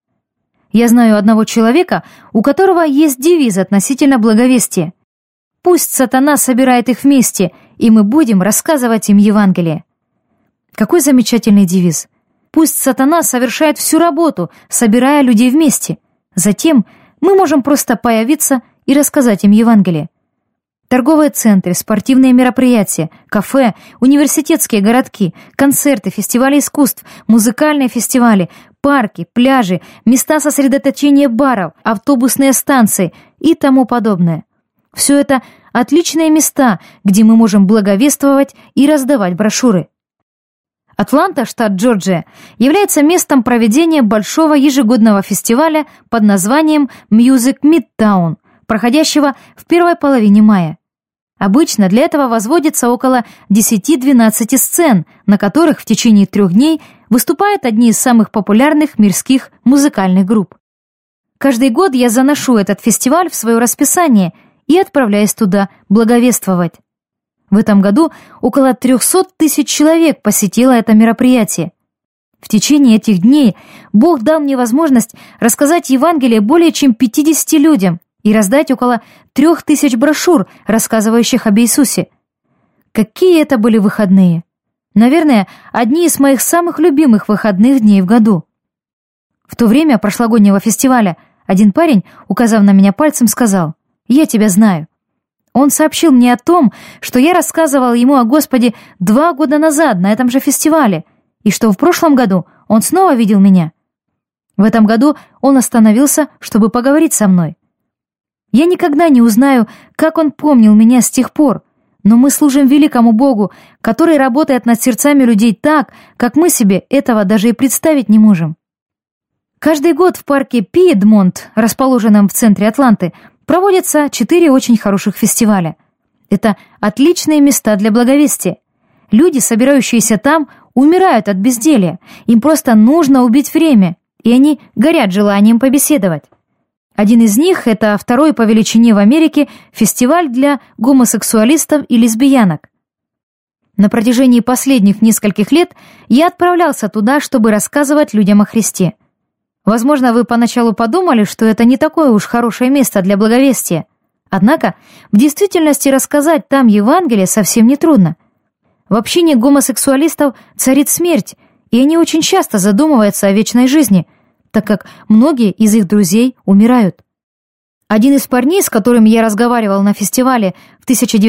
Я знаю одного человека, у которого есть девиз относительно благовестия. Пусть сатана собирает их вместе, и мы будем рассказывать им Евангелие. Какой замечательный девиз. Пусть сатана совершает всю работу, собирая людей вместе. Затем мы можем просто появиться и рассказать им Евангелие. Торговые центры, спортивные мероприятия, кафе, университетские городки, концерты, фестивали искусств, музыкальные фестивали, парки, пляжи, места сосредоточения баров, автобусные станции и тому подобное. Все это отличные места, где мы можем благовествовать и раздавать брошюры. Атланта, штат Джорджия, является местом проведения большого ежегодного фестиваля под названием Music Midtown, проходящего в первой половине мая. Обычно для этого возводится около 10-12 сцен, на которых в течение 3 дней выступают одни из самых популярных мирских музыкальных групп. Каждый год я заношу этот фестиваль в свое расписание и отправляюсь туда благовествовать. В этом году около 300 000 человек посетило это мероприятие. В течение этих дней Бог дал мне возможность рассказать Евангелие более чем 50 людям и раздать около 3000 брошюр, рассказывающих об Иисусе. Какие это были выходные! Наверное, одни из моих самых любимых выходных дней в году. В то время прошлогоднего фестиваля один парень, указав на меня пальцем, сказал: «Я тебя знаю». Он сообщил мне о том, что я рассказывал ему о Господе 2 года назад на этом же фестивале, и что в прошлом году он снова видел меня. В этом году он остановился, чтобы поговорить со мной. Я никогда не узнаю, как он помнил меня с тех пор, но мы служим великому Богу, который работает над сердцами людей так, как мы себе этого даже и представить не можем. Каждый год в парке Пиедмонт, расположенном в центре Атланты, проводятся 4 очень хороших фестиваля. Это отличные места для благовестия. Люди, собирающиеся там, умирают от безделья. Им просто нужно убить время, и они горят желанием побеседовать. Один из них — это второй по величине в Америке фестиваль для гомосексуалистов и лесбиянок. На протяжении последних нескольких лет я отправлялся туда, чтобы рассказывать людям о Христе. Возможно, вы поначалу подумали, что это не такое уж хорошее место для благовестия. Однако, в действительности рассказать там Евангелие совсем не трудно. В общине гомосексуалистов царит смерть, и они очень часто задумываются о вечной жизни, так как многие из их друзей умирают. Один из парней, с которым я разговаривал на фестивале в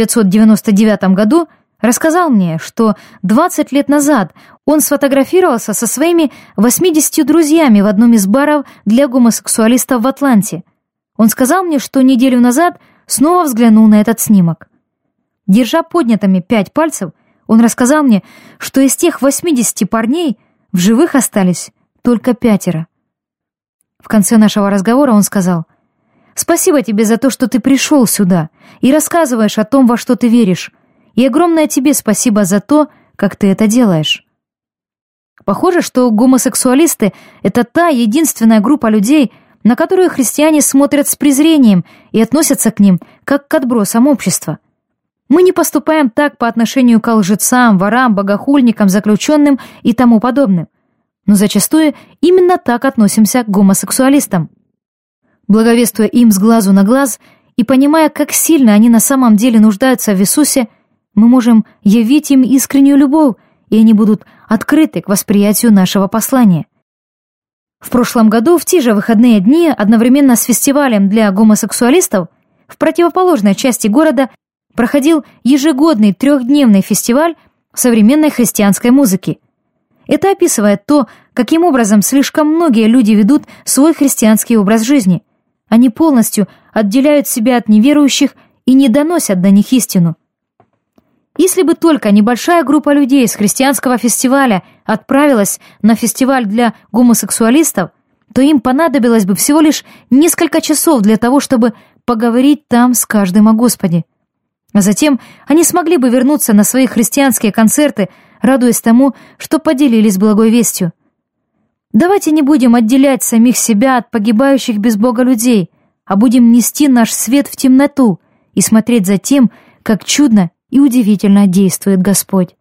1999 году, рассказал мне, что 20 лет назад он сфотографировался со своими 80 друзьями в одном из баров для гомосексуалистов в Атланте. Он сказал мне, что неделю назад снова взглянул на этот снимок. Держа поднятыми 5 пальцев, он рассказал мне, что из тех 80 парней в живых остались только 5. В конце нашего разговора он сказал: «Спасибо тебе за то, что ты пришел сюда и рассказываешь о том, во что ты веришь, и огромное тебе спасибо за то, как ты это делаешь». Похоже, что гомосексуалисты — это та единственная группа людей, на которую христиане смотрят с презрением и относятся к ним, как к отбросам общества. Мы не поступаем так по отношению к лжецам, ворам, богохульникам, заключенным и тому подобным. Но зачастую именно так относимся к гомосексуалистам. Благовествуя им с глазу на глаз и понимая, как сильно они на самом деле нуждаются в Иисусе, мы можем явить им искреннюю любовь, и они будут открыты к восприятию нашего послания. В прошлом году, в те же выходные дни, одновременно с фестивалем для гомосексуалистов, в противоположной части города проходил ежегодный 3-дневный фестиваль современной христианской музыки. Это описывает то, каким образом слишком многие люди ведут свой христианский образ жизни. Они полностью отделяют себя от неверующих и не доносят до них истину. Если бы только небольшая группа людей с христианского фестиваля отправилась на фестиваль для гомосексуалистов, то им понадобилось бы всего лишь несколько часов для того, чтобы поговорить там с каждым о Господе. А затем они смогли бы вернуться на свои христианские концерты, радуясь тому, что поделились благой вестью. Давайте не будем отделять самих себя от погибающих без Бога людей, а будем нести наш свет в темноту и смотреть за тем, как чудно и удивительно действует Господь.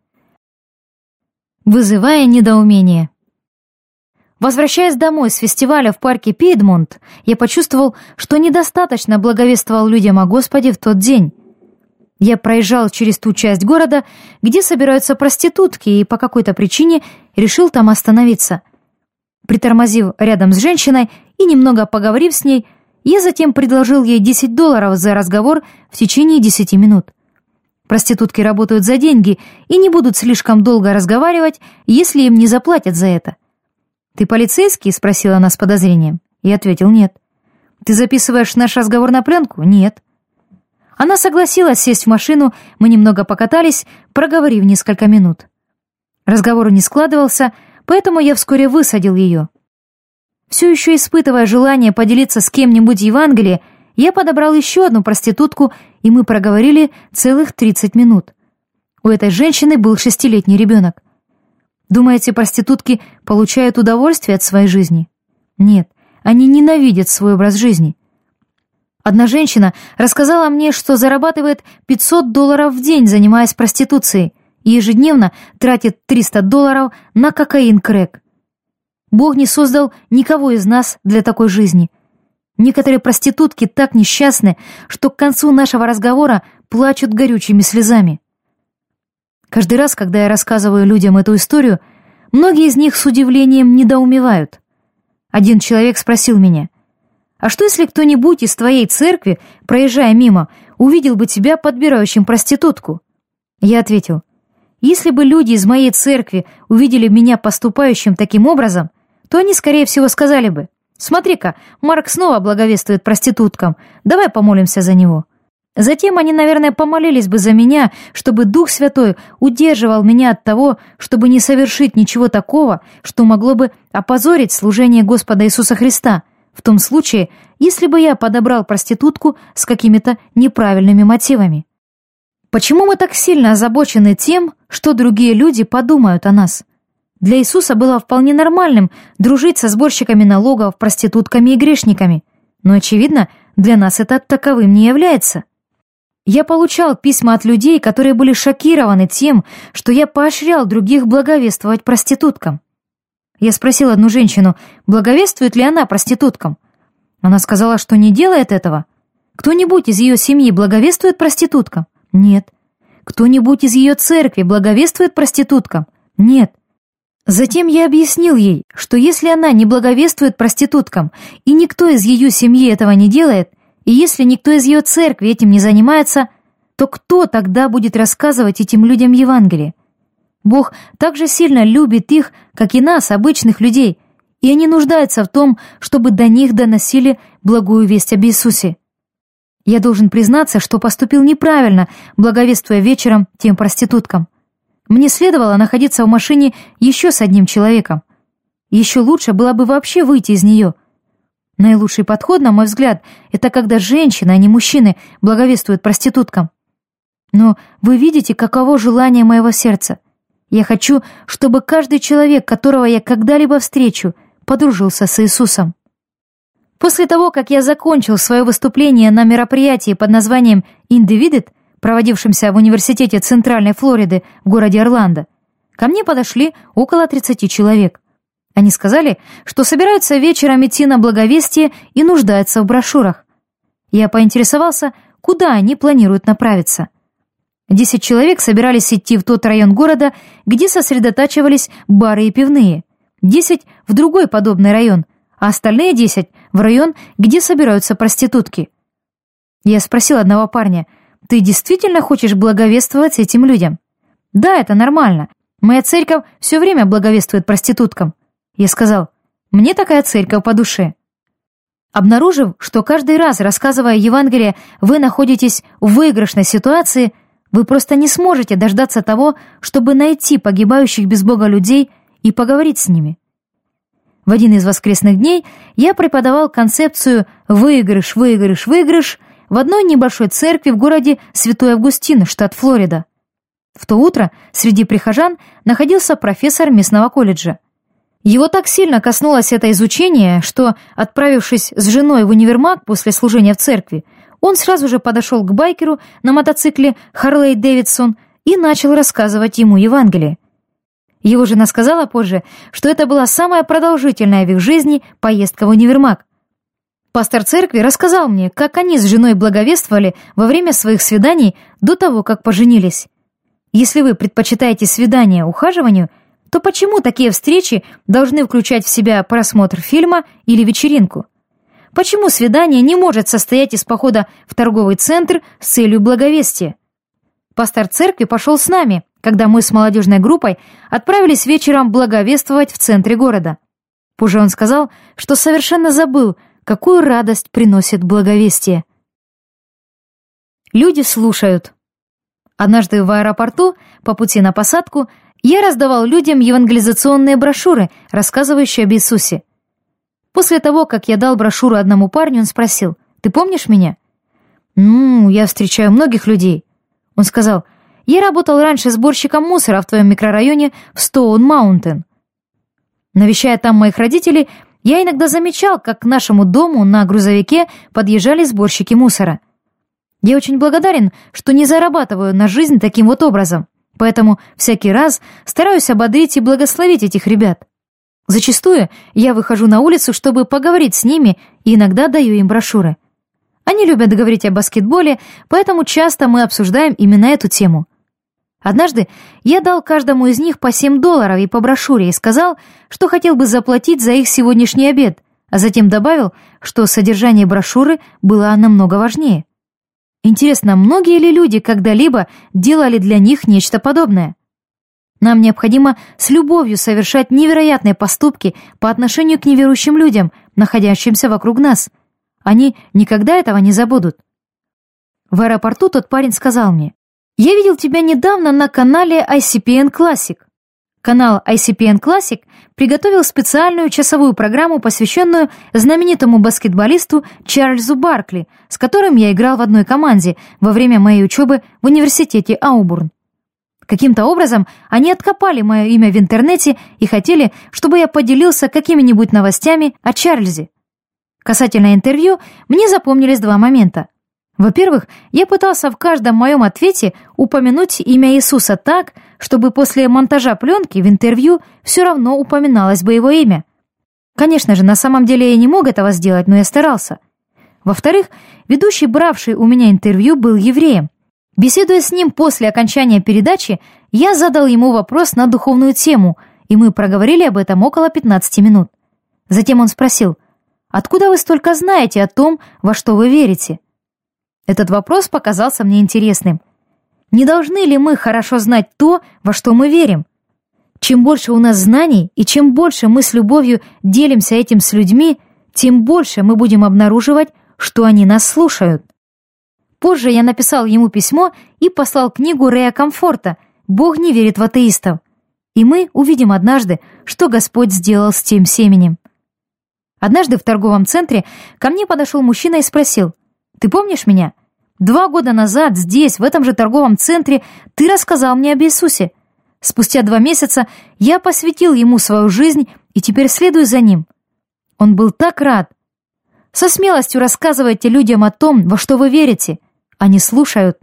Вызывая недоумение. Возвращаясь домой с фестиваля в парке Пьедмонт, я почувствовал, что недостаточно благовествовал людям о Господе в тот день. Я проезжал через ту часть города, где собираются проститутки, и по какой-то причине решил там остановиться. Притормозив рядом с женщиной и немного поговорив с ней, я затем предложил ей $10 за разговор в течение 10 минут. Проститутки работают за деньги и не будут слишком долго разговаривать, если им не заплатят за это. «Ты полицейский?» — спросила она с подозрением. Я ответил: «Нет». «Ты записываешь наш разговор на пленку?» «Нет». Она согласилась сесть в машину, мы немного покатались, проговорив несколько минут. Разговор не складывался, поэтому я вскоре высадил ее. Все еще испытывая желание поделиться с кем-нибудь Евангелием, я подобрал еще одну проститутку, и мы проговорили целых 30 минут. У этой женщины был 6-летний ребенок. Думаете, проститутки получают удовольствие от своей жизни? Нет, они ненавидят свой образ жизни. Одна женщина рассказала мне, что зарабатывает $500 в день, занимаясь проституцией, и ежедневно тратит $300 на кокаин-крэк. Бог не создал никого из нас для такой жизни. Некоторые проститутки так несчастны, что к концу нашего разговора плачут горючими слезами. Каждый раз, когда я рассказываю людям эту историю, многие из них с удивлением недоумевают. Один человек спросил меня: «А что, если кто-нибудь из твоей церкви, проезжая мимо, увидел бы тебя подбирающим проститутку?» Я ответил: «Если бы люди из моей церкви увидели меня поступающим таким образом, то они, скорее всего, сказали бы: смотри-ка, Марк снова благовествует проституткам, давай помолимся за него». Затем они, наверное, помолились бы за меня, чтобы Дух Святой удерживал меня от того, чтобы не совершить ничего такого, что могло бы опозорить служение Господа Иисуса Христа, в том случае, если бы я подобрал проститутку с какими-то неправильными мотивами. Почему мы так сильно озабочены тем, что другие люди подумают о нас? Для Иисуса было вполне нормальным дружить со сборщиками налогов, проститутками и грешниками. Но, очевидно, для нас это таковым не является. Я получал письма от людей, которые были шокированы тем, что я поощрял других благовествовать проституткам. Я спросил одну женщину, благовествует ли она проституткам. Она сказала, что не делает этого. Кто-нибудь из ее семьи благовествует проституткам? Нет. Кто-нибудь из ее церкви благовествует проституткам? Нет. Затем я объяснил ей, что если она не благовествует проституткам, и никто из ее семьи этого не делает, и если никто из ее церкви этим не занимается, то кто тогда будет рассказывать этим людям Евангелие? Бог так же сильно любит их, как и нас, обычных людей, и они нуждаются в том, чтобы до них доносили благую весть об Иисусе. Я должен признаться, что поступил неправильно, благовествуя вечером тем проституткам. Мне следовало находиться в машине еще с одним человеком. Еще лучше было бы вообще выйти из нее. Наилучший подход, на мой взгляд, это когда женщины, а не мужчины, благовествуют проституткам. Но вы видите, каково желание моего сердца. Я хочу, чтобы каждый человек, которого я когда-либо встречу, подружился с Иисусом. После того, как я закончил свое выступление на мероприятии под названием «Individed», проводившемся в университете Центральной Флориды в городе Орландо, ко мне подошли около 30 человек. Они сказали, что собираются вечером идти на благовестие и нуждаются в брошюрах. Я поинтересовался, куда они планируют направиться. 10 человек собирались идти в тот район города, где сосредотачивались бары и пивные, 10 в другой подобный район, а остальные 10 в район, где собираются проститутки. Я спросил одного парня, «Ты действительно хочешь благовествовать этим людям?» «Да, это нормально. Моя церковь все время благовествует проституткам». Я сказал, «Мне такая церковь по душе». Обнаружив, что каждый раз, рассказывая Евангелие, вы находитесь в выигрышной ситуации, вы просто не сможете дождаться того, чтобы найти погибающих без Бога людей и поговорить с ними. В один из воскресных дней я преподавал концепцию «выигрыш, выигрыш, выигрыш» в одной небольшой церкви в городе Святой Августин, штат Флорида. В то утро среди прихожан находился профессор местного колледжа. Его так сильно коснулось это изучение, что, отправившись с женой в универмаг после служения в церкви, он сразу же подошел к байкеру на мотоцикле Харлей Дэвидсон и начал рассказывать ему Евангелие. Его жена сказала позже, что это была самая продолжительная в их жизни поездка в универмаг. Пастор церкви рассказал мне, как они с женой благовествовали во время своих свиданий до того, как поженились. Если вы предпочитаете свидание ухаживанию, то почему такие встречи должны включать в себя просмотр фильма или вечеринку? Почему свидание не может состоять из похода в торговый центр с целью благовестия? Пастор церкви пошел с нами, когда мы с молодежной группой отправились вечером благовествовать в центре города. Позже он сказал, что совершенно забыл, какую радость приносит благовестие. Люди слушают. Однажды в аэропорту, по пути на посадку, я раздавал людям евангелизационные брошюры, рассказывающие об Иисусе. После того, как я дал брошюру одному парню, он спросил, «Ты помнишь меня?» Я встречаю многих людей». Он сказал, «Я работал раньше сборщиком мусора в твоем микрорайоне в Стоун-Маунтен». Навещая там моих родителей, я иногда замечал, как к нашему дому на грузовике подъезжали сборщики мусора. Я очень благодарен, что не зарабатываю на жизнь таким вот образом, поэтому всякий раз стараюсь ободрить и благословить этих ребят. Зачастую я выхожу на улицу, чтобы поговорить с ними, и иногда даю им брошюры. Они любят говорить о баскетболе, поэтому часто мы обсуждаем именно эту тему. Однажды я дал каждому из них по $7 и по брошюре и сказал, что хотел бы заплатить за их сегодняшний обед, а затем добавил, что содержание брошюры было намного важнее. Интересно, многие ли люди когда-либо делали для них нечто подобное? Нам необходимо с любовью совершать невероятные поступки по отношению к неверующим людям, находящимся вокруг нас. Они никогда этого не забудут. В аэропорту тот парень сказал мне, «Я видел тебя недавно на канале ICPN Classic». Канал ICPN Classic приготовил специальную часовую программу, посвященную знаменитому баскетболисту Чарльзу Баркли, с которым я играл в одной команде во время моей учебы в университете Аубурн. Каким-то образом они откопали мое имя в интернете и хотели, чтобы я поделился какими-нибудь новостями о Чарльзе. Касательно интервью, мне запомнились два момента. Во-первых, я пытался в каждом моем ответе упомянуть имя Иисуса так, чтобы после монтажа пленки в интервью все равно упоминалось бы его имя. Конечно же, на самом деле я не мог этого сделать, но я старался. Во-вторых, ведущий, бравший у меня интервью, был евреем. Беседуя с ним после окончания передачи, я задал ему вопрос на духовную тему, и мы проговорили об этом около 15 минут. Затем он спросил: «Откуда вы столько знаете о том, во что вы верите?» Этот вопрос показался мне интересным. Не должны ли мы хорошо знать то, во что мы верим? Чем больше у нас знаний и чем больше мы с любовью делимся этим с людьми, тем больше мы будем обнаруживать, что они нас слушают. Позже я написал ему письмо и послал книгу Рэя Комфорта «Бог не верит в атеистов». И мы увидим однажды, что Господь сделал с тем семенем. Однажды в торговом центре ко мне подошел мужчина и спросил: «Ты помнишь меня? 2 года назад здесь, в этом же торговом центре, ты рассказал мне об Иисусе. Спустя 2 месяца я посвятил ему свою жизнь и теперь следую за ним». Он был так рад. Со смелостью рассказывайте людям о том, во что вы верите. Они слушают.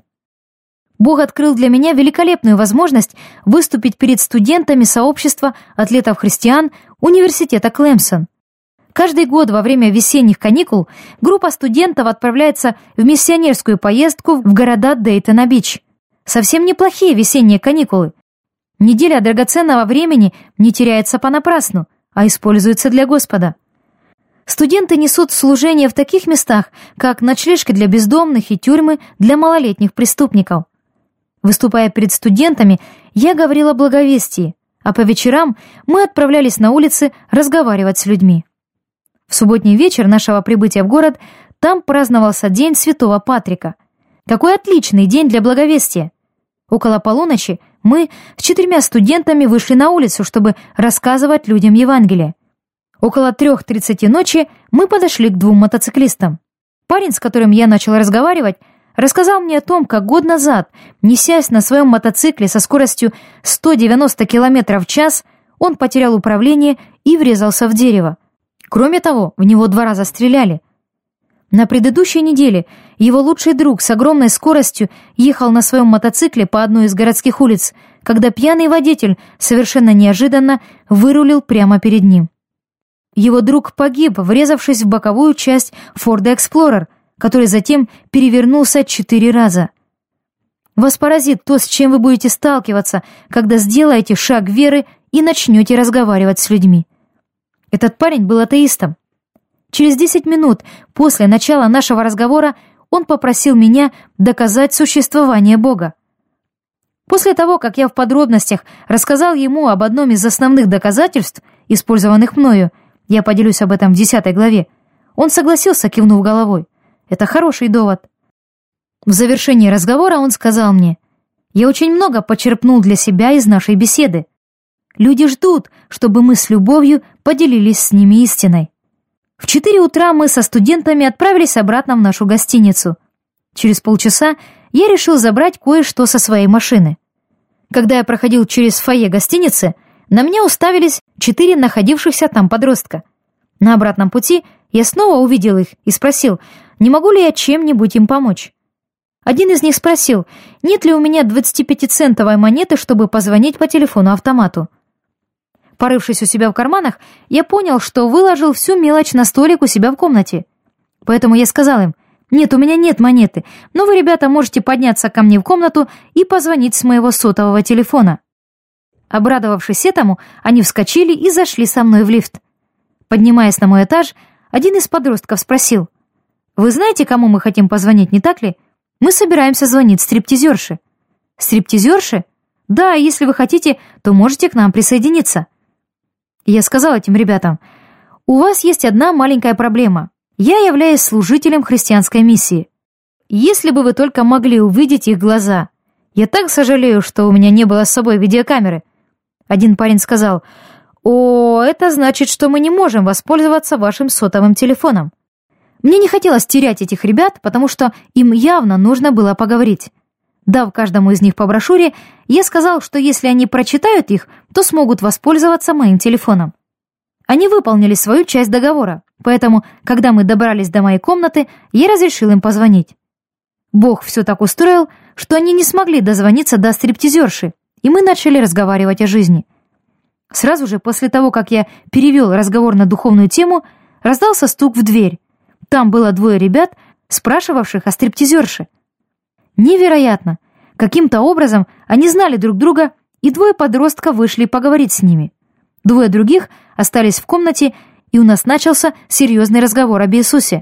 Бог открыл для меня великолепную возможность выступить перед студентами сообщества атлетов-христиан университета Клемсон. Каждый год во время весенних каникул группа студентов отправляется в миссионерскую поездку в города Дейтона-Бич. Совсем неплохие весенние каникулы. Неделя драгоценного времени не теряется понапрасну, а используется для Господа. Студенты несут служение в таких местах, как ночлежки для бездомных и тюрьмы для малолетних преступников. Выступая перед студентами, я говорила о благовестии, а по вечерам мы отправлялись на улицы разговаривать с людьми. В субботний вечер нашего прибытия в город там праздновался День Святого Патрика. Какой отличный день для благовестия! Около полуночи мы с 4 студентами вышли на улицу, чтобы рассказывать людям Евангелие. Около 3:30 ночи мы подошли к 2 мотоциклистам. Парень, с которым я начал разговаривать, рассказал мне о том, как год назад, несясь на своем мотоцикле со скоростью 190 км в час, он потерял управление и врезался в дерево. Кроме того, в него 2 раза стреляли. На предыдущей неделе его лучший друг с огромной скоростью ехал на своем мотоцикле по одной из городских улиц, когда пьяный водитель совершенно неожиданно вырулил прямо перед ним. Его друг погиб, врезавшись в боковую часть Форда Эксплорер, который затем перевернулся 4 раза. Вас поразит то, с чем вы будете сталкиваться, когда сделаете шаг веры и начнете разговаривать с людьми. Этот парень был атеистом. Через 10 минут после начала нашего разговора он попросил меня доказать существование Бога. После того, как я в подробностях рассказал ему об одном из основных доказательств, использованных мною, я поделюсь об этом в 10 главе, он согласился, кивнув головой. Это хороший довод. В завершении разговора он сказал мне: «Я очень много почерпнул для себя из нашей беседы. Люди ждут, чтобы мы с любовью поделились с ними истиной». В 4 утра мы со студентами отправились обратно в нашу гостиницу. Через полчаса я решил забрать кое-что со своей машины. Когда я проходил через фойе гостиницы, на меня уставились 4 находившихся там подростка. На обратном пути я снова увидел их и спросил, не могу ли я чем-нибудь им помочь. Один из них спросил, нет ли у меня 25-центовой монеты, чтобы позвонить по телефону-автомату. Порывшись у себя в карманах, я понял, что выложил всю мелочь на столик у себя в комнате. Поэтому я сказал им: «Нет, у меня нет монеты, но вы, ребята, можете подняться ко мне в комнату и позвонить с моего сотового телефона». Обрадовавшись этому, они вскочили и зашли со мной в лифт. Поднимаясь на мой этаж, один из подростков спросил: «Вы знаете, кому мы хотим позвонить, не так ли? Мы собираемся звонить стриптизерше». «Стриптизерше? Да, если вы хотите, то можете к нам присоединиться». Я сказал этим ребятам: «У вас есть одна маленькая проблема. Я являюсь служителем христианской миссии. Если бы вы только могли увидеть их глаза. Я так сожалею, что у меня не было с собой видеокамеры». Один парень сказал: «О, это значит, что мы не можем воспользоваться вашим сотовым телефоном». Мне не хотелось терять этих ребят, потому что им явно нужно было поговорить. Дав каждому из них по брошюре, я сказал, что если они прочитают их, то смогут воспользоваться моим телефоном. Они выполнили свою часть договора. Поэтому, когда мы добрались до моей комнаты, я разрешил им позвонить. Бог все так устроил, что они не смогли дозвониться до стриптизерши, и мы начали разговаривать о жизни. Сразу же после того, как я перевел разговор на духовную тему, раздался стук в дверь. Там было 2 ребят, спрашивавших о стриптизерше. Невероятно! Каким-то образом они знали друг друга, и 2 подростков вышли поговорить с ними. 2 других остались в комнате, и у нас начался серьезный разговор об Иисусе.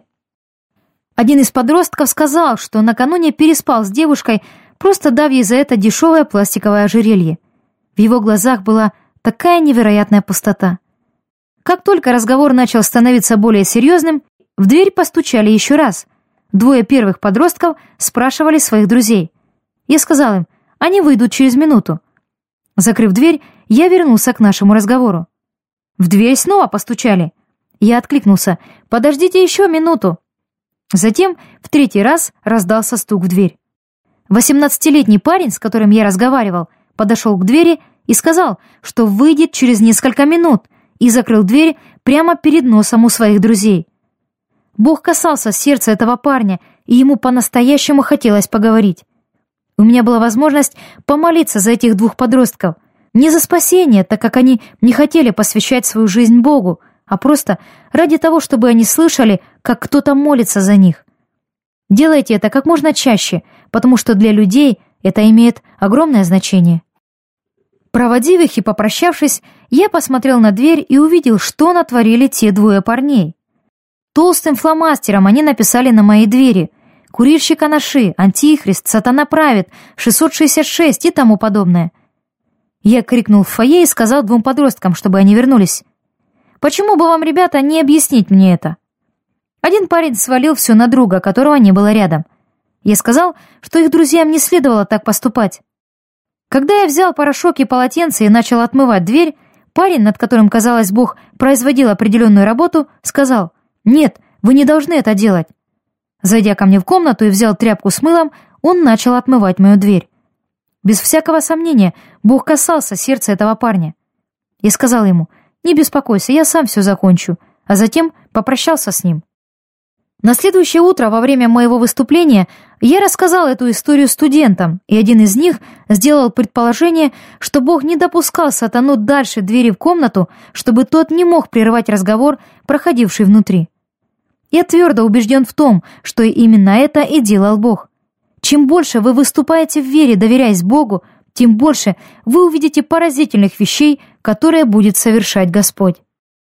Один из подростков сказал, что накануне переспал с девушкой, просто дав ей за это дешевое пластиковое ожерелье. В его глазах была такая невероятная пустота. Как только разговор начал становиться более серьезным, в дверь постучали еще раз. 2 первых подростков спрашивали своих друзей. Я сказал им, они выйдут через минуту. Закрыв дверь, я вернулся к нашему разговору. В дверь снова постучали. Я откликнулся, подождите еще минуту. Затем в 3-й раз раздался стук в дверь. 18-летний парень, с которым я разговаривал, подошел к двери и сказал, что выйдет через несколько минут, и закрыл дверь прямо перед носом у своих друзей. Бог касался сердца этого парня, и ему по-настоящему хотелось поговорить. У меня была возможность помолиться за этих 2 подростков. Не за спасение, так как они не хотели посвящать свою жизнь Богу, а просто ради того, чтобы они слышали, как кто-то молится за них. Делайте это как можно чаще, потому что для людей это имеет огромное значение. Проводив их и попрощавшись, я посмотрел на дверь и увидел, что натворили те 2 парней. Толстым фломастером они написали на моей двери «Курильщик Анаши», «Антихрист», «Сатана правит», «666» и тому подобное. Я крикнул в фойе и сказал 2 подросткам, чтобы они вернулись. «Почему бы вам, ребята, не объяснить мне это?» Один парень свалил все на друга, которого не было рядом. Я сказал, что их друзьям не следовало так поступать. Когда я взял порошок и полотенце и начал отмывать дверь, парень, над которым, казалось, Бог производил определенную работу, сказал: «Нет, вы не должны это делать». Зайдя ко мне в комнату и взял тряпку с мылом, он начал отмывать мою дверь. Без всякого сомнения, Бог касался сердца этого парня. Я сказал ему: «Не беспокойся, я сам все закончу», а затем попрощался с ним. На следующее утро во время моего выступления я рассказал эту историю студентам, и один из них сделал предположение, что Бог не допускал сатану дальше двери в комнату, чтобы тот не мог прерывать разговор, проходивший внутри. Я твердо убежден в том, что именно это и делал Бог. Чем больше вы выступаете в вере, доверяясь Богу, тем больше вы увидите поразительных вещей, которые будет совершать Господь.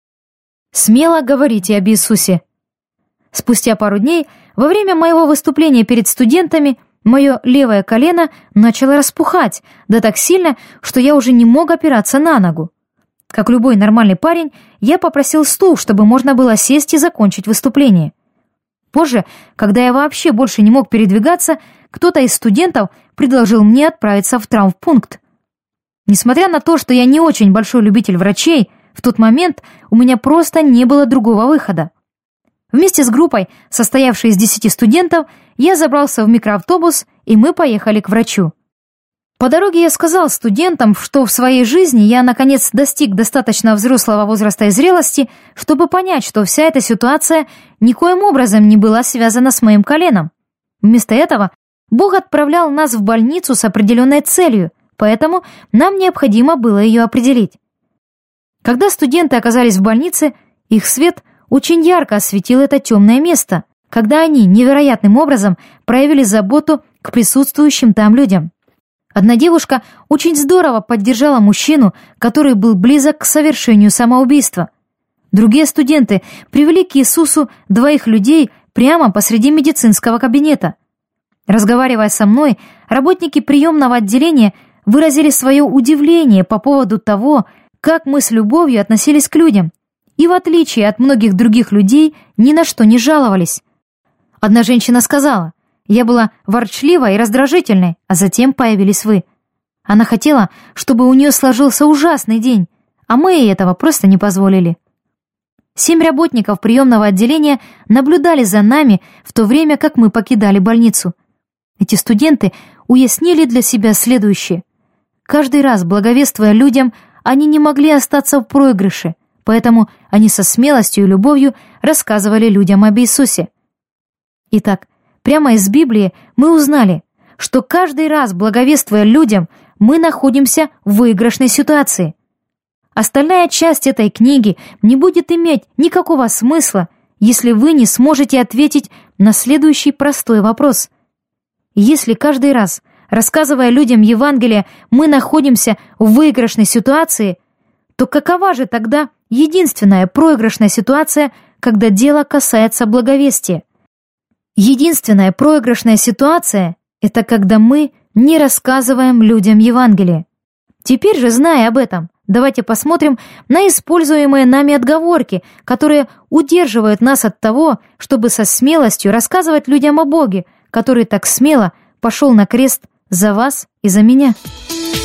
Смело говорите об Иисусе. Спустя пару дней, во время моего выступления перед студентами, мое левое колено начало распухать, да так сильно, что я уже не мог опираться на ногу. Как любой нормальный парень, я попросил стул, чтобы можно было сесть и закончить выступление. Позже, когда я вообще больше не мог передвигаться, кто-то из студентов предложил мне отправиться в травмпункт. Несмотря на то, что я не очень большой любитель врачей, в тот момент у меня просто не было другого выхода. Вместе с группой, состоявшей из 10 студентов, я забрался в микроавтобус, и мы поехали к врачу. По дороге я сказал студентам, что в своей жизни я, наконец, достиг достаточно взрослого возраста и зрелости, чтобы понять, что вся эта ситуация никоим образом не была связана с моим коленом. Вместо этого Бог отправлял нас в больницу с определенной целью, поэтому нам необходимо было ее определить. Когда студенты оказались в больнице, их свет очень ярко осветил это темное место, когда они невероятным образом проявили заботу к присутствующим там людям. Одна девушка очень здорово поддержала мужчину, который был близок к совершению самоубийства. Другие студенты привели к Иисусу 2 людей прямо посреди медицинского кабинета. Разговаривая со мной, работники приемного отделения выразили свое удивление по поводу того, как мы с любовью относились к людям, и в отличие от многих других людей ни на что не жаловались. Одна женщина сказала: «Я была ворчливой и раздражительной, а затем появились вы». Она хотела, чтобы у нее сложился ужасный день, а мы ей этого просто не позволили. 7 работников приемного отделения наблюдали за нами в то время, как мы покидали больницу. Эти студенты уяснили для себя следующее. Каждый раз, благовествуя людям, они не могли остаться в проигрыше, Поэтому они со смелостью и любовью рассказывали людям об Иисусе. Итак, прямо из Библии мы узнали, что каждый раз, благовествуя людям, мы находимся в выигрышной ситуации. Остальная часть этой книги не будет иметь никакого смысла, если вы не сможете ответить на следующий простой вопрос. Если каждый раз, рассказывая людям Евангелие, мы находимся в выигрышной ситуации, то какова же тогда единственная проигрышная ситуация, когда дело касается благовестия? Единственная проигрышная ситуация — это когда мы не рассказываем людям Евангелие. Теперь же, зная об этом, давайте посмотрим на используемые нами отговорки, которые удерживают нас от того, чтобы со смелостью рассказывать людям о Боге, который так смело пошел на крест за вас и за меня.